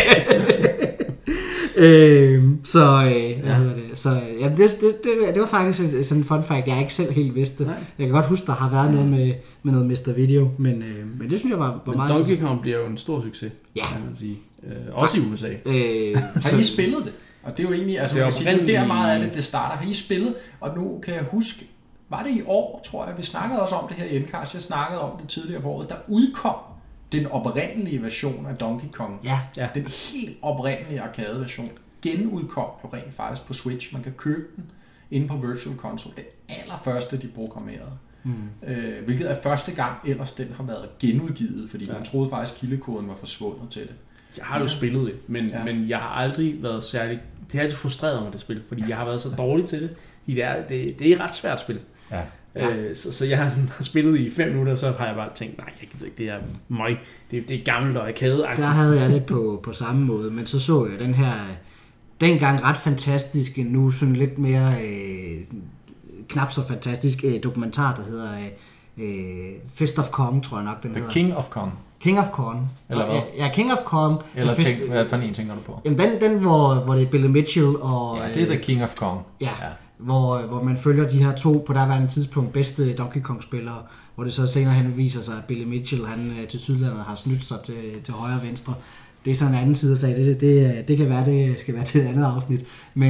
Hvad hedder det? Så ja, det var faktisk sådan en fun fact, jeg ikke selv helt vidste. Nej. Jeg kan godt huske, der har været noget med noget Mr. Video, men det synes jeg var meget... Men Donkey Kong bliver jo en stor succes, kan man sige. Også i USA. Har I spillet det? Og det er jo egentlig, altså det er der meget af det starter. Har I spillet? Og nu kan jeg huske, var det i år, tror jeg, vi snakkede også om det her i Endcast, jeg snakkede om det tidligere på året, der udkom den oprindelige version af Donkey Kong. Ja. Den helt oprindelige arcade-version genudkom jo rent faktisk på Switch. Man kan købe den inde på Virtual Console. Det allerførste, de programmerede. Hvilket er første gang ellers den har været genudgivet, fordi man troede faktisk, kildekoden var forsvundet til det. Jeg har jo spillet det, men jeg har aldrig været særlig... Det har altid frustreret mig, det spil, fordi jeg har været så dårlig til det. Det er et ret svært spil. Ja. Så jeg har spillet i 5 minutter, så har jeg bare tænkt, nej, jeg gider ikke, det er møg. Det er gammelt og arcade-agtigt. Der havde jeg det på samme måde, men så jeg den her, dengang ret fantastiske, nu sådan lidt mere knap så fantastisk dokumentar, der hedder Fist of Kong, tror jeg nok, den hedder. King of Kong. King of Kong. Eller hvad? Ja, King of Kong. Eller hvad for en tænker du på? Jamen den hvor det er Billy Mitchell og... Ja, det er The King of Kong. Ja. Hvor man følger de her 2 på derværende tidspunkt bedste Donkey Kong-spillere, hvor det så senere hen viser sig, at Billy Mitchell, han til sydlandet har snydt sig til højre og venstre. det er sådan en anden side af sagen. Det kan være, det skal være til et andet afsnit.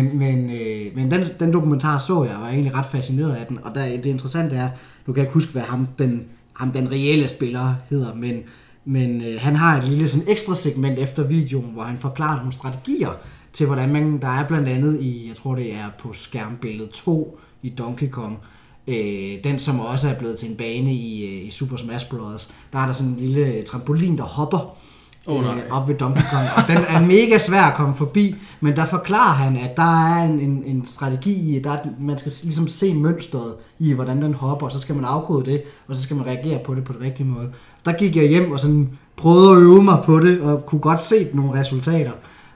Men den dokumentar så jeg, og var egentlig ret fascineret af den. Og det interessante er, nu kan jeg ikke huske, hvad ham den reelle spiller hedder, men han har et lille sådan ekstra segment efter videoen, hvor han forklarer nogle strategier til, hvordan der er blandt andet i, jeg tror det er på skærmbillede 2 i Donkey Kong, den som også er blevet til en bane i Super Smash Bros. Der er der sådan en lille trampolin, der hopper op ved Donkey Kong, og den er mega svær at komme forbi, men der forklarer han, at der er en strategi i, man skal ligesom se mønstret i, hvordan den hopper, og så skal man afkode det, og så skal man reagere på det på den rigtige måde. Der gik jeg hjem og sådan prøvede at øve mig på det, og kunne godt se nogle resultater.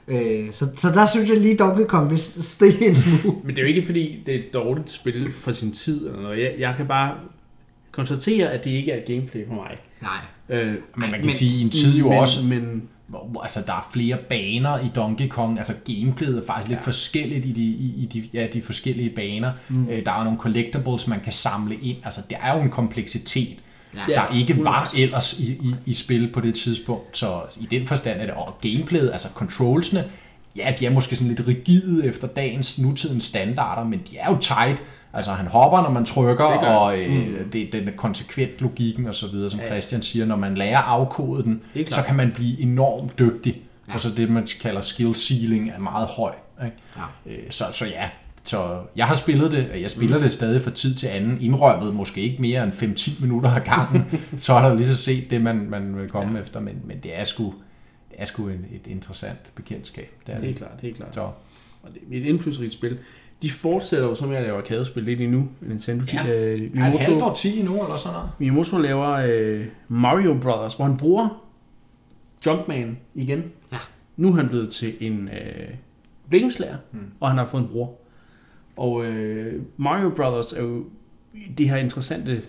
Så der synes jeg lige, Donkey Kong, det steg en smule. Men det er jo ikke, fordi det er et dårligt spil for sin tid, eller noget. Jeg kan bare konstatere, at det ikke er et gameplay for mig. Nej. Men man kan sige, i en tid jo også, altså der er flere baner i Donkey Kong, altså gameplayet er faktisk lidt forskelligt i de forskellige baner. Der er nogle collectibles, man kan samle ind, altså det er jo en kompleksitet, der ikke var ellers i spil på det tidspunkt, så i den forstand er det, og gameplayet, altså controlsene, ja, de er måske sådan lidt rigide efter nutidens standarder, men de er jo tight. Altså han hopper, når man trykker, og det er konsekvent logikken og så videre, som Christian siger, når man lærer afkode den, så kan man blive enormt dygtig. Ja. Og så det, man kalder skill ceiling, er meget høj. Ikke? Ja. Så jeg har spillet det, og jeg spiller det stadig fra tid til anden, indrømmet måske ikke mere end 5-10 minutter ad gangen, så er der lige så set det, man vil komme efter, men det er sgu et interessant bekendtskab. Det er helt klart. Så. Og det er et indflydelsesrigt spil. De fortsætter jo, som jeg laver arkadespil lidt endnu. Nintendo. Er et halvt år 10 endnu, eller sådan noget? Miyamoto laver Mario Brothers, hvor han bruger Jumpman igen. Ja. Nu er han blevet til en blikkenslager, og han har fået en bror. Og Mario Brothers er jo de her interessante...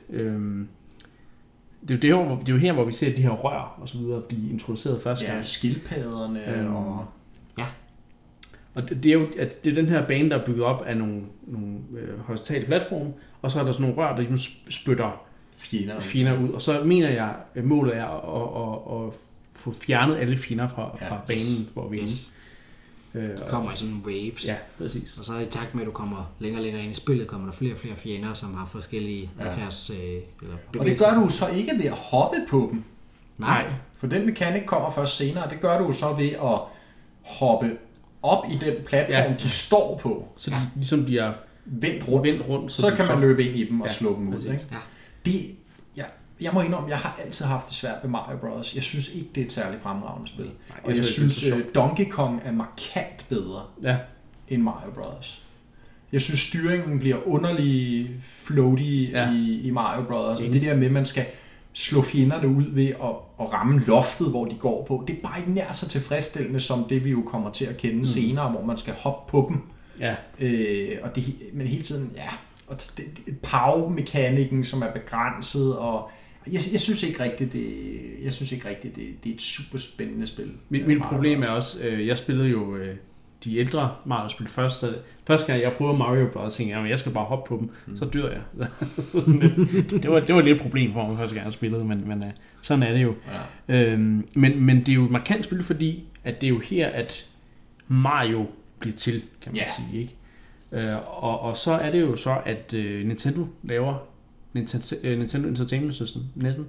Det er jo her, hvor vi ser de her rør og så videre blive introduceret første gang. Ja, skildpadderne og... Ja. Og det er jo det er den her bane, der er bygget op af nogle horisontale platforme, og så er der sådan nogle rør, der ligesom spytter fjender ud. Og så mener jeg, at målet er at få fjernet alle fjender fra banen, hvor vi er inde. Det kommer i sådan waves. Ja, præcis. Og så i takt med, at du kommer længere ind i spillet, kommer der flere og flere fjender, som har forskellige adfærds... og det gør du så ikke ved at hoppe på dem. Nej. For den mekanik kommer først senere. Det gør du så ved at hoppe op i den platform, de står på. Så de ligesom bliver vendt rundt. Så kan man løbe ind i dem og slå dem ud. Ikke? Jeg må indrømme, jeg har altid haft det svært med Mario Bros. Jeg synes ikke, det er et særligt fremragende spil. Og jeg synes, Donkey Kong er markant bedre end Mario Bros. Jeg synes, styringen bliver underlig floaty i Mario Bros. Og det der med, at man skal slå fjenderne ud ved at ramme loftet, hvor de går på, det er bare ikke nær så tilfredsstillende, som det vi jo kommer til at kende senere, hvor man skal hoppe på dem. Ja. Og det, men hele tiden, og pow-mekanikken, som er begrænset, og jeg synes ikke rigtigt, det er et super spændende spil. Mit problem er også, jeg spillede jo de ældre Mario-spil først. Første gang jeg prøvede Mario Bros. Tænkte jeg, jeg skal bare hoppe på dem, så dør jeg. det var lidt et problem for mig første gang jeg spillede, men sådan er det jo. Ja. Men det er jo et markant spil, fordi at det er jo her, at Mario bliver til, kan man sige, ikke? Og så er det jo så, at Nintendo laver Nintendo Entertainment System, næsten.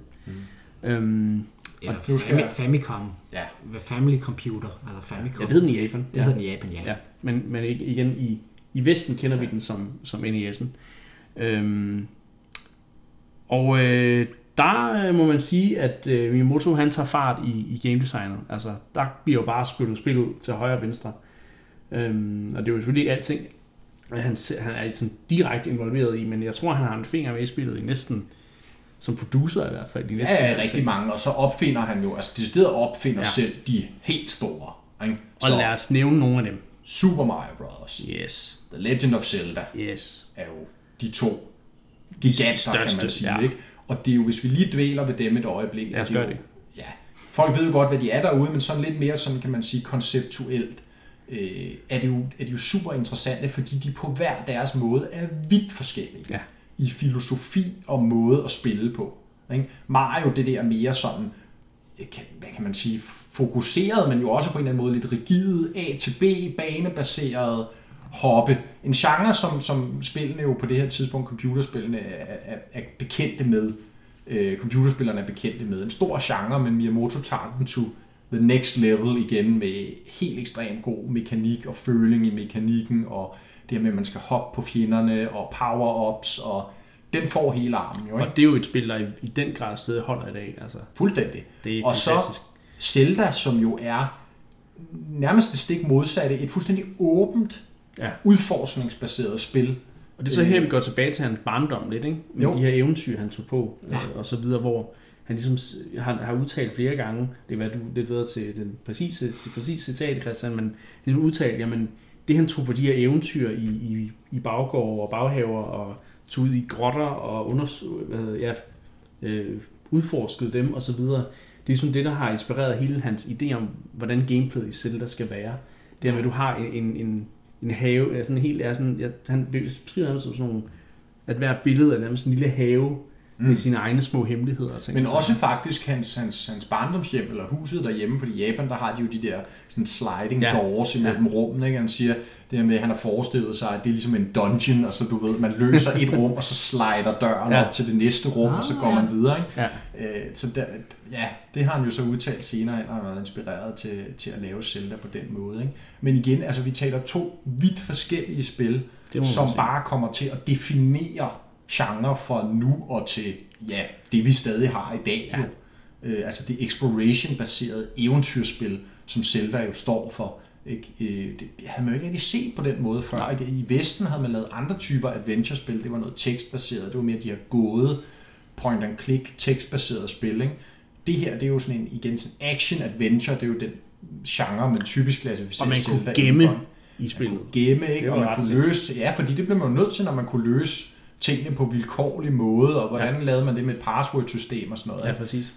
Eller Famicom. Ja. Family Computer, eller Famicom. Ja, det hedder den i Japan. Det hedder den i Japan, ja. Men igen, i Vesten kender vi den som NES'en. Der må man sige, at Miyamoto, han tager fart i game designet. Altså, der bliver jo bare spil ud til højre og venstre. Og det er jo selvfølgelig ikke alting, han er sådan direkte involveret i, men jeg tror, han har en finger med i spillet i næsten, som producer i hvert fald. Rigtig mange, og så opfinder han jo, altså decideret opfinder selv de helt store. Ikke? Og lad os nævne nogle af dem. Super Mario Bros. Yes. The Legend of Zelda. Yes. Er jo de to giganter, kan man sige. Ikke? Og det er jo, hvis vi lige dvæler ved dem et øjeblik, det. Ja, folk ved jo godt, hvad de er derude, men sådan lidt mere, sådan kan man sige, konceptuelt, er det jo super interessante, fordi de på hver deres måde er vidt forskellige i filosofi og måde at spille på. Ikke? Mario, det der mere sådan hvad kan man sige, fokuseret, men jo også på en eller anden måde lidt rigide, A til B, banebaseret hoppe. En genre, som spillene jo på det her tidspunkt, computerspillene er bekendte med. Computerspillerne er bekendte med. En stor genre, men Miyamoto tager den to the next level igen med helt ekstremt god mekanik og føling i mekanikken, og det her med, at man skal hoppe på fjenderne og power-ups, og den får hele armen jo, ikke? Og det er jo et spil, der i den grad stadig holder i dag. Altså. Fuldstændig. Det er og fantastisk. Så Zelda, som jo er nærmest det stik modsatte, et fuldstændig åbent, udforskningsbaseret spil. Og det er så her, vi går tilbage til hans barndom lidt, ikke? Med de her eventyr, han tog på, og så videre, hvor han ligesom har udtalt flere gange, det er lidt bedre til det præcise citat, Christian, men det er udtalt, jamen, det han tog på de her eventyr i baggård og baghaver, og tog ud i grotter og udforskede dem, og så videre. Det er ligesom det, der har inspireret hele hans idé om, hvordan gameplayet i Zelda skal være. Det er med, at du har en have, sådan helt han beskriver nærmest som sådan nogle, at hver billede er nærmest en lille have med sine egne små hemmeligheder. Men også faktisk hans barndomshjem eller huset derhjemme, fordi i Japan, der har de jo de der sådan sliding doors imellem rummene, ikke? Han siger det her med, at han har forestillet sig, at det er ligesom en dungeon, og så du ved, man løser et rum, og så slider døren op til det næste rum, og så går man videre, ikke? Så det har han jo så udtalt senere, og har været inspireret til at lave Zelda på den måde, ikke? Men igen, altså vi taler 2 vidt forskellige spil, som bare kommer til at definere genre fra nu og til det vi stadig har i dag. Altså det exploration-baserede eventyrspil, som Zelda jo står for. Det havde man jo ikke rigtig set på den måde før. I Vesten havde man lavet andre typer adventure-spil. Det var noget tekstbaseret. Det var mere de her gåde, point-and-click, tekstbaserede spil. Ikke? Det her, det er jo sådan en action-adventure. Det er jo den genre, man typisk klassificerer Zelda. Og man kunne gemme i spillet. Man kunne gemme, ikke? Og man kunne løse... Ja, fordi det blev man jo nødt til, når man kunne løse tingene på vilkårlig måde, og hvordan lavede man det med et password-system og sådan noget. Ja, præcis.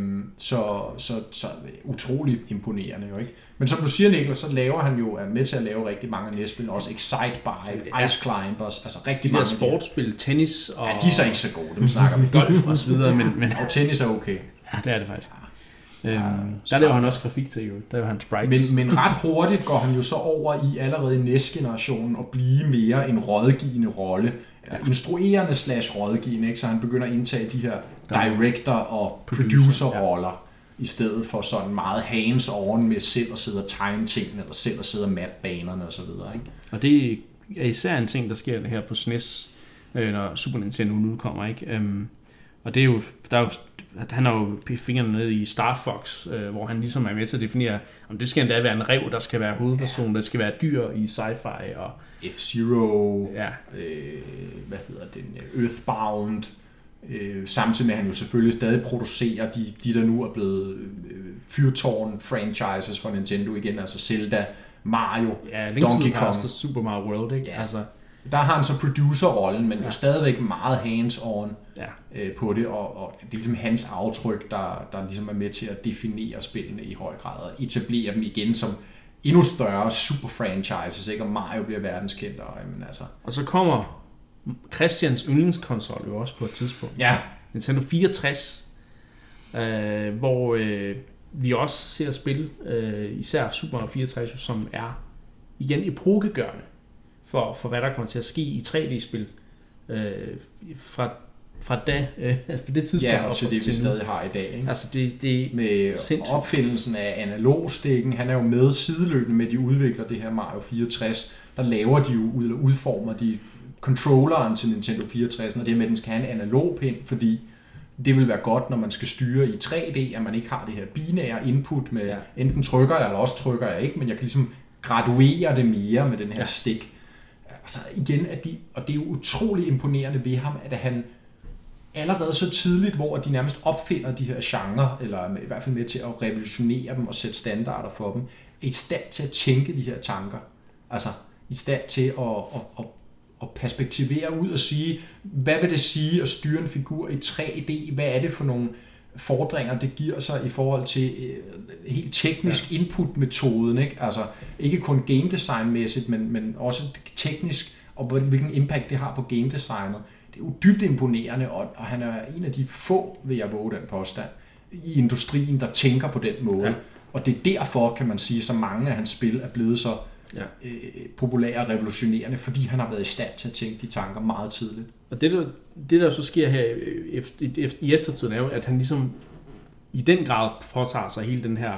Så utrolig imponerende jo, ikke? Men som du siger, Niklas, så laver han jo, er med til at lave rigtig mange næstspil, også Excitebike, Ice Climbers, altså rigtig mange. De der sportsspil, tennis og... Ja, de er så ikke så gode, dem snakker vi golf og så videre, men... Og tennis er okay. Ja, det er det faktisk. Der laver han også grafik til, jo. Der er han sprites. Men ret hurtigt går han jo så over i allerede i næste generation at blive mere en rådgivende rolle, instruerende / rådgivende, ikke? Så han begynder at indtage de her director- og producer-roller, i stedet for sådan meget hands-on med selv at sidde og tegne tingene, eller selv at sidde og mappe banerne og så videre, ikke? Og det er især en ting, der sker her på SNES, når Super Nintendo udkommer, ikke? Og det er jo, han har jo fingrene nede i Star Fox, hvor han ligesom er med til at definere, om det skal endda være en rev, der skal være hovedperson, der skal være dyr i sci-fi og F-Zero, hvad hedder den, Earthbound, samtidig med at han jo selvfølgelig stadig producerer de der nu er blevet fyrtårn-franchises fra Nintendo igen, altså Zelda, Mario, Donkey Kong, Super Mario World, ikke? Ja. Altså, der har han så producer-rollen, men jo stadigvæk meget hands-on på det, og det er ligesom hans aftryk, der ligesom er med til at definere spillene i høj grad, og etablere dem igen som endnu større super-franchises, ikke? Og Mario bliver verdenskendt. Og så kommer Christians yndlingskonsol jo også på et tidspunkt. Ja. Nintendo 64, hvor vi også ser spil, især Super Mario 64, som er igen epokegørende for hvad der kommer til at ske i 3D-spil fra det tidspunkt. Ja, og til det vi stadig har i dag. Ikke? Altså det med sindssygt. Opfindelsen af analogstikken, han er jo med sideløbende med, de udvikler det her Mario 64, der laver de jo eller udformer de controlleren til Nintendo 64, og det med, at den skal have en analog pind, fordi det vil være godt, når man skal styre i 3D, at man ikke har det her binære input med enten trykker jeg, eller også trykker jeg ikke, men jeg kan ligesom graduere det mere med den her stik. Altså igen, og det er jo utrolig imponerende ved ham, at han allerede så tidligt, hvor de nærmest opfinder de her genrer, eller i hvert fald med til at revolutionere dem og sætte standarder for dem, er i stand til at tænke de her tanker. Altså i stand til at perspektivere ud og sige, hvad vil det sige at styre en figur i 3D? Hvad er det for nogle fordringer, det giver sig i forhold til helt teknisk input-metoden, ikke? Altså ikke kun game design-mæssigt, men også teknisk, og hvilken impact det har på game designet. Det er jo dybt imponerende, og han er en af de få, vil jeg våge den påstand, i industrien, der tænker på den måde. Ja. Og det er derfor, kan man sige, så mange af hans spil er blevet så populære og revolutionerende, fordi han har været i stand til at tænke de tanker meget tidligt. Og det der så sker her i eftertiden, er jo, at han ligesom i den grad påtager sig hele den her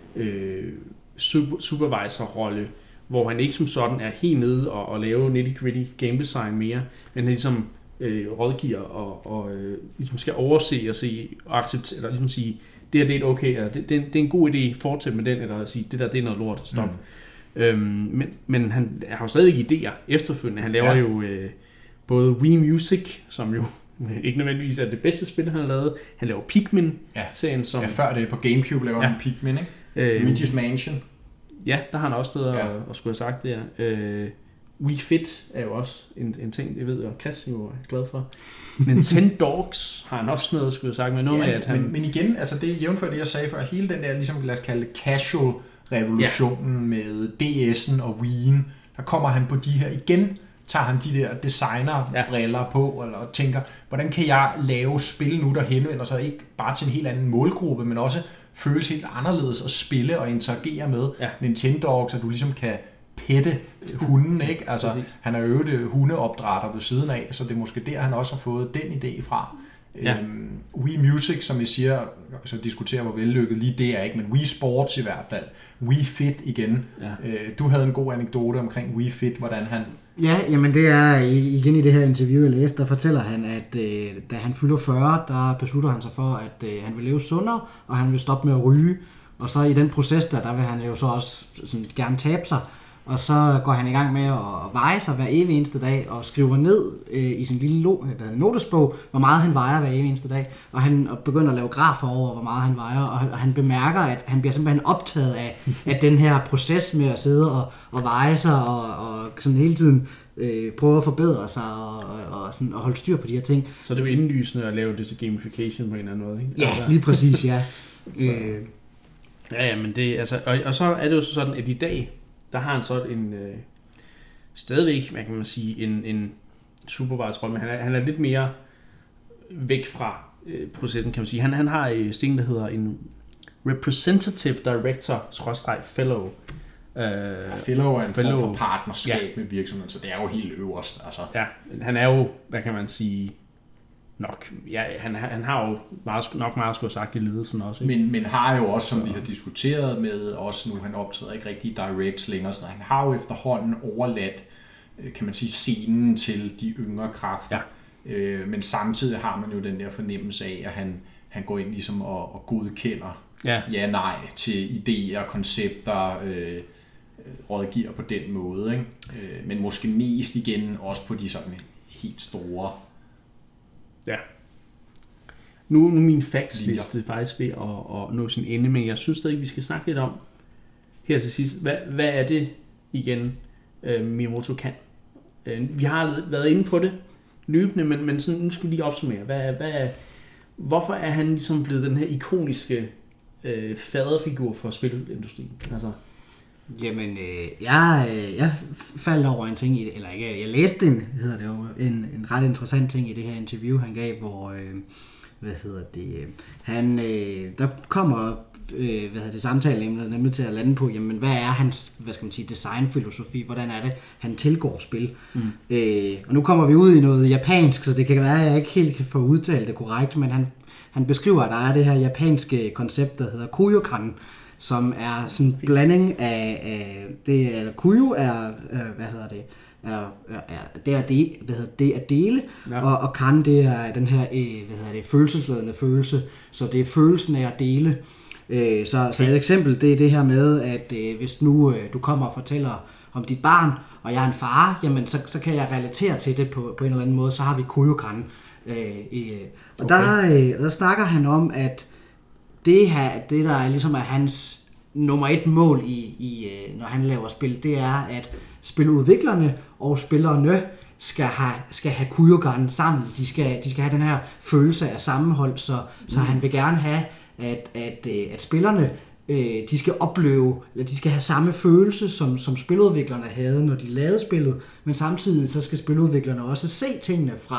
supervisor-rolle, hvor han ikke som sådan er helt nede og lave nitty-gritty game design mere, men han ligesom rådgiver og ligesom skal overse og se og acceptere, eller ligesom sige, det her det er okay, eller det er en god idé, fortsæt med den, eller sige, det der det er noget lort, stop. Men han har jo stadigvæk idéer efterfølgende. Han laver jo både Wii Music, som jo ikke nødvendigvis er det bedste spil, han har lavet. Han laver Pikmin-serien, som... Ja, før det på Gamecube laver han Pikmin, ikke? Luigi's Mansion. Ja, der har han også stået og skulle have sagt det her. Wii Fit er jo også en ting, jeg ved, og Christian jo er glad for. Nintendogs har han også noget at skulle have sagt, men noget med, at han... Men igen, altså det er jævnfør det, jeg sagde før, hele den der, ligesom lad os kalde det casual revolutionen med DS'en og Wii'en, der kommer han på de her igen, tager han de der designerbriller på, eller tænker, hvordan kan jeg lave spil nu, der henvender sig ikke bare til en helt anden målgruppe, men også føles helt anderledes at spille og interagere med Nintendogs, så du ligesom kan pette hunden, ikke? Altså, han har øvet hundeopdrætter ved siden af, så det er måske der, han også har fået den idé fra. Ja. Wii Music, som jeg siger, så diskuterer, hvor vellykket lige det er, ikke? Men Wii Sports i hvert fald. Wii Fit igen. Ja. Du havde en god anekdote omkring Wii Fit, hvordan han... Ja, jamen det er igen i det her interview, jeg læste, der fortæller han, at da han fylder 40, der beslutter han sig for, at han vil leve sundere, og han vil stoppe med at ryge. Og så i den proces der vil han jo så også sådan gerne tabe sig. Og så går han i gang med at veje sig hver evig eneste dag, og skriver ned i sin lille notesbog, hvor meget han vejer hver evig eneste dag. Og han begynder at lave grafer over, hvor meget han vejer, og han bemærker, at han bliver simpelthen optaget af den her proces med at sidde og veje sig, og sådan hele tiden prøve at forbedre sig, og sådan at holde styr på de her ting. Så det er jo indlysende at lave det til gamification på en eller anden måde, ikke? Ja, lige præcis, ja. Ja, men det, altså, og så er det jo sådan, at i dag, der har han så en stadigvæk, hvad kan man sige, en supervisor-rolle, men han er lidt mere væk fra processen, kan man sige. Han har en ting, der hedder en representative director/fellow. Fellow er en form for partnerskab med virksomheden, så det er jo helt øverst. Altså. Ja, han er jo, hvad kan man sige, nok. Ja, han har jo nok meget skulle have sagt i ledelsen også. Ikke? Men har jo også, som vi har diskuteret med også nu, han optræder ikke rigtig directs længere, så han har jo efterhånden overladt, kan man sige, scenen til de yngre kræfter. Ja. Men samtidig har man jo den der fornemmelse af, at han går ind ligesom og godkender nej til idéer, koncepter, rådgiver på den måde. Ikke? Men måske mest igen også på de sådan helt store. Ja. Nu er min facts-liste faktisk ved at nå sin ende, men jeg synes stadig, vi skal snakke lidt om her til sidst. Hvad er det igen, Miyamoto kan? Vi har været inde på det løbende, men sådan, nu skal vi lige opsummere. Hvorfor er han ligesom blevet den her ikoniske faderfigur for spilindustrien? Altså... Jamen, jeg faldt over en ting i det, eller ikke, jeg læste en ret interessant ting i det her interview, han gav, hvor, der kommer, samtaleemnet nemlig til at lande på, jamen, hvad er hans, designfilosofi, hvordan er det, han tilgår spil. Og nu kommer vi ud i noget japansk, så det kan være, at jeg ikke helt kan få udtalt det korrekt, men han beskriver, at der er det her japanske koncept, der hedder Kuyokan, som er sådan en blanding af Kuyo er det at dele, og kan det er den her følelsesladende følelse, så det er følelsen af at dele. Så et eksempel, det er det her med, at hvis nu du kommer og fortæller om dit barn, og jeg er en far, jamen så kan jeg relatere til det på en eller anden måde, så har vi Kuyokan. Og der snakker han om, at det der ligesom er hans nummer 1 mål når han laver spil, det er, at spiludviklerne og spillerne skal have Kuyokan sammen. De skal have den her følelse af sammenhold, så han vil gerne have, at spillerne de skal opleve, eller de skal have samme følelse, som spiludviklerne havde, når de lavede spillet, men samtidig så skal spiludviklerne også se tingene fra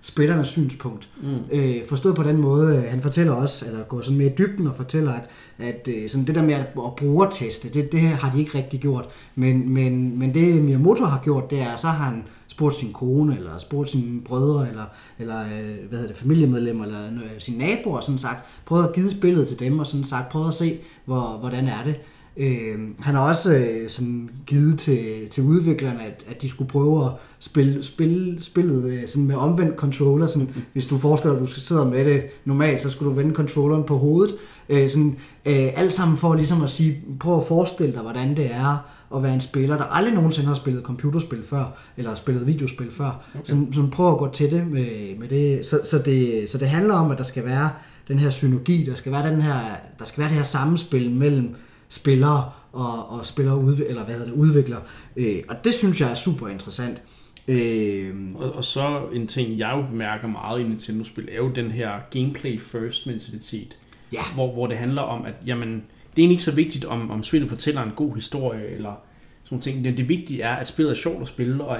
spillernes synspunkt. Forstået på den måde, han fortæller også, eller går sådan mere i dybden og fortæller, at sådan det der med at brugerteste, det har de ikke rigtig gjort. Men det Miyamoto har gjort, det er, så har han spurgt sin kone, eller spurgt sine brødre, eller familiemedlemmer, eller sine naboer, sådan sagt, prøvet at give spillet til dem, og sådan sagt, prøvet at se, hvordan er det. Han har også sådan givet til udviklerne, at de skulle prøve at spille spillet sådan med omvendt controller. Sådan, hvis du forestiller dig, at du skal sidde med det normalt, så skulle du vende controlleren på hovedet. Alt sammen for ligesom at sige, prøv at forestille dig, hvordan det er at være en spiller, der aldrig nogensinde har spillet computerspil før, eller spillet videospil før. Okay. Så prøv at gå til det med det. Så det handler om, at der skal være den her synergi, der skal være det her sammenspil mellem spillere og spillere udvikler. Og det synes jeg er super interessant. Og så en ting, jeg jo bemærker meget i Nintendo-spil, er jo den her gameplay first mentalitet. Ja. Hvor det handler om, at jamen, det er egentlig ikke så vigtigt, om spillet fortæller en god historie, eller sådan ting. Det vigtige er, at spillet er sjovt at spille, og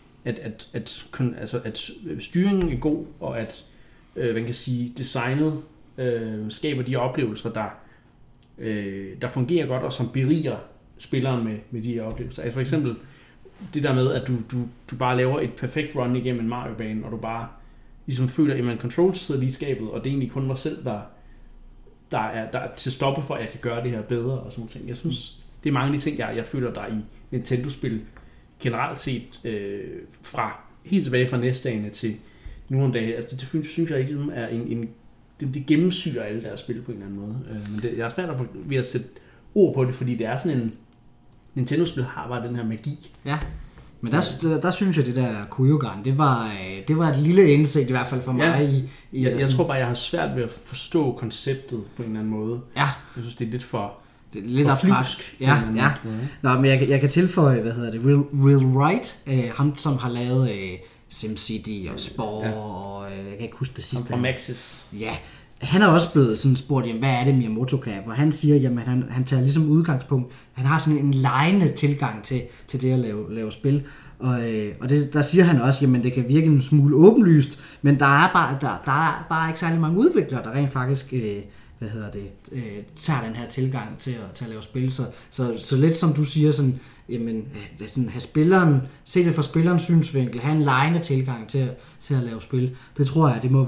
at styringen er god, og at man kan sige, designet skaber de oplevelser, der fungerer godt, og som beriger spilleren med de her oplevelser. Altså for eksempel det der med, at du bare laver et perfekt run igennem en Mario-bane, og du bare ligesom føler, at man control sidder lige i skabet, og det er egentlig kun mig selv, der er til stoppe for, at jeg kan gøre det her bedre, og sådan ting. Jeg synes, det er mange af de ting, jeg føler, der i Nintendo-spil generelt set, fra helt tilbage fra NES-dagene til nu om dagen. Altså det synes jeg ikke er det gennemsyrer alle deres spil på en eller anden måde. Men jeg er svært ved at sætte ord på det, fordi det er sådan en Nintendo-spil har bare den her magi. Ja, men der synes jeg, det der Kuyogan, det var et lille indsigt, i hvert fald for mig. Ja. Jeg tror bare, jeg har svært ved at forstå konceptet på en eller anden måde. Ja. Jeg synes, det er lidt for... Det er lidt abstrakt. Ja. Nå, men jeg kan tilføje, Will Wright, ham som har lavet SimCity og Spore, og jeg kan ikke huske det sidste. Fra Maxis. Ja, han er også blevet sådan spurgt, jamen, hvad er det Miyamoto kan? Hvor han siger, jamen han tager ligesom udgangspunkt, han har sådan en legende tilgang til det at lave spil. Og der siger han også, jamen det kan virke en smule åbenlyst, men der er bare ikke særlig mange udviklere, der rent faktisk tager den her tilgang til at lave spil. Så lidt som du siger, sådan, jamen, sådan, have spilleren, se det fra spillerens synsvinkel, have en legende tilgang til at lave spil. Det tror jeg, det må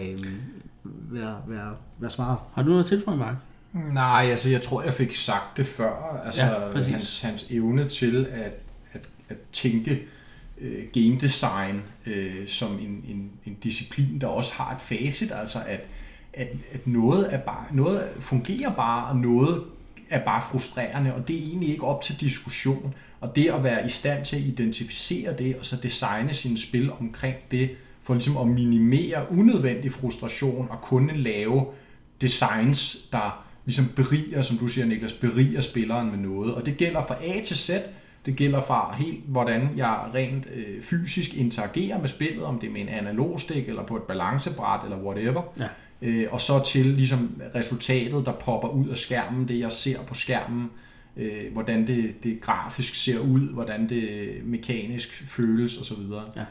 være svaret. Har du noget til for Mark? Nej, altså jeg tror, jeg fik sagt det før. Altså hans evne til at tænke game design som en disciplin, der også har et facit, altså at noget fungerer bare, og noget er bare frustrerende, og det er egentlig ikke op til diskussion. Og det at være i stand til at identificere det, og så designe sine spil omkring det, for ligesom at minimere unødvendig frustration, og kun lave designs, der ligesom beriger, som du siger, Niklas, beriger spilleren med noget. Og det gælder fra A til Z. Det gælder fra helt, hvordan jeg rent fysisk interagerer med spillet, om det er med en analogstik, eller på et balancebræt, eller whatever. Ja. Og så til ligesom resultatet, der popper ud af skærmen, det jeg ser på skærmen, hvordan det grafisk ser ud, hvordan det mekanisk føles osv. Ja.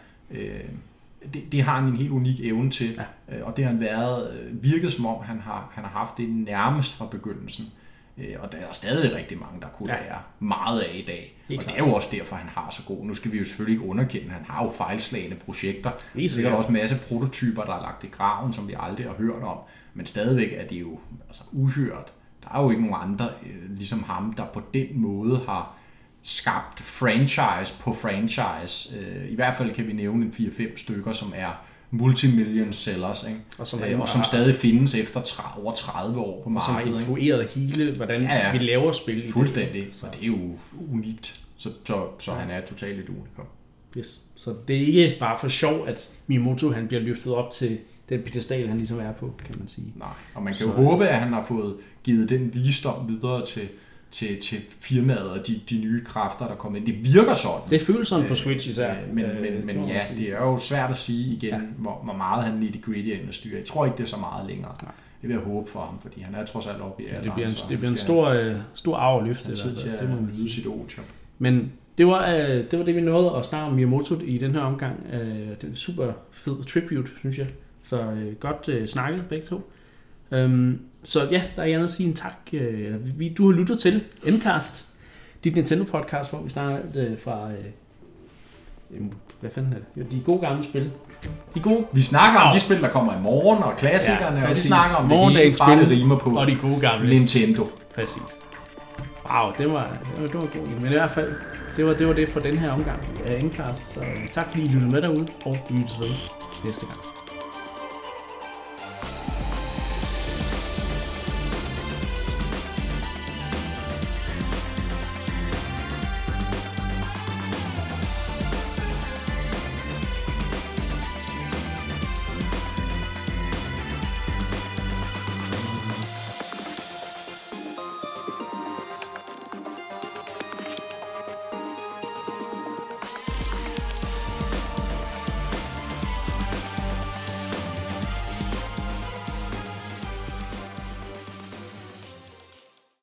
Det har han en helt unik evne til, ja. Og det har han virket som om, han har haft det nærmest fra begyndelsen. Og der er stadig rigtig mange, der kunne lære meget af i dag. Helt og det er jo også derfor, han har så god. Nu skal vi jo selvfølgelig ikke underkende, han har jo fejlslagne projekter. Der er også en masse prototyper, der er lagt i graven, som vi aldrig har hørt om. Men stadigvæk er det jo uhørt. Der er jo ikke nogen andre, ligesom ham, der på den måde har skabt franchise på franchise. I hvert fald kan vi nævne 4-5 stykker, som er multimillion sellers, ikke? Og som stadig findes efter over 30 år på markedet. Og som har influeret hele, hvordan vi laver spil. Fuldstændig, så det er jo unikt. Så han er totalt et unikum. Yes. Så det er ikke bare for sjov, at Miyamoto han bliver løftet op til den pedestal, han ligesom er på, kan man sige. Nej, og man kan jo håbe, at han har fået givet den visdom videre til firmaet og de nye kræfter, der kommer ind. Det virker sådan. Det føles sådan på Switch især. Men ja, det er jo svært at sige igen, hvor meget han nitty-gritty er inde at styre. Jeg tror ikke, det er så meget længere. Nej. Det vil jeg håbe for ham, fordi han er trods alt oppe i alderen. Det bliver en stor arv at løfte. Det tid til at nyde sit otium. Men Det var det, vi nåede at snakke om Miyamoto i den her omgang. Det er en super fed tribute, synes jeg. Så godt snakket begge to. Så ja, der er jeg at sige en tak. Du har lyttet til Endcast, dit Nintendo-podcast, hvor vi snakker fra... hvad fanden er det? Jo, de gode gamle spil. Vi snakker om de spil, der kommer i morgen, og klassikerne, og vi snakker om det hele, bare det rimer på. Og de gode gamle. Nintendo. Præcis. Wow, det var god. Men i hvert fald, det var det for den her omgang af Endcast. Så tak fordi I lyttede med derude, og vi ses ved næste gang.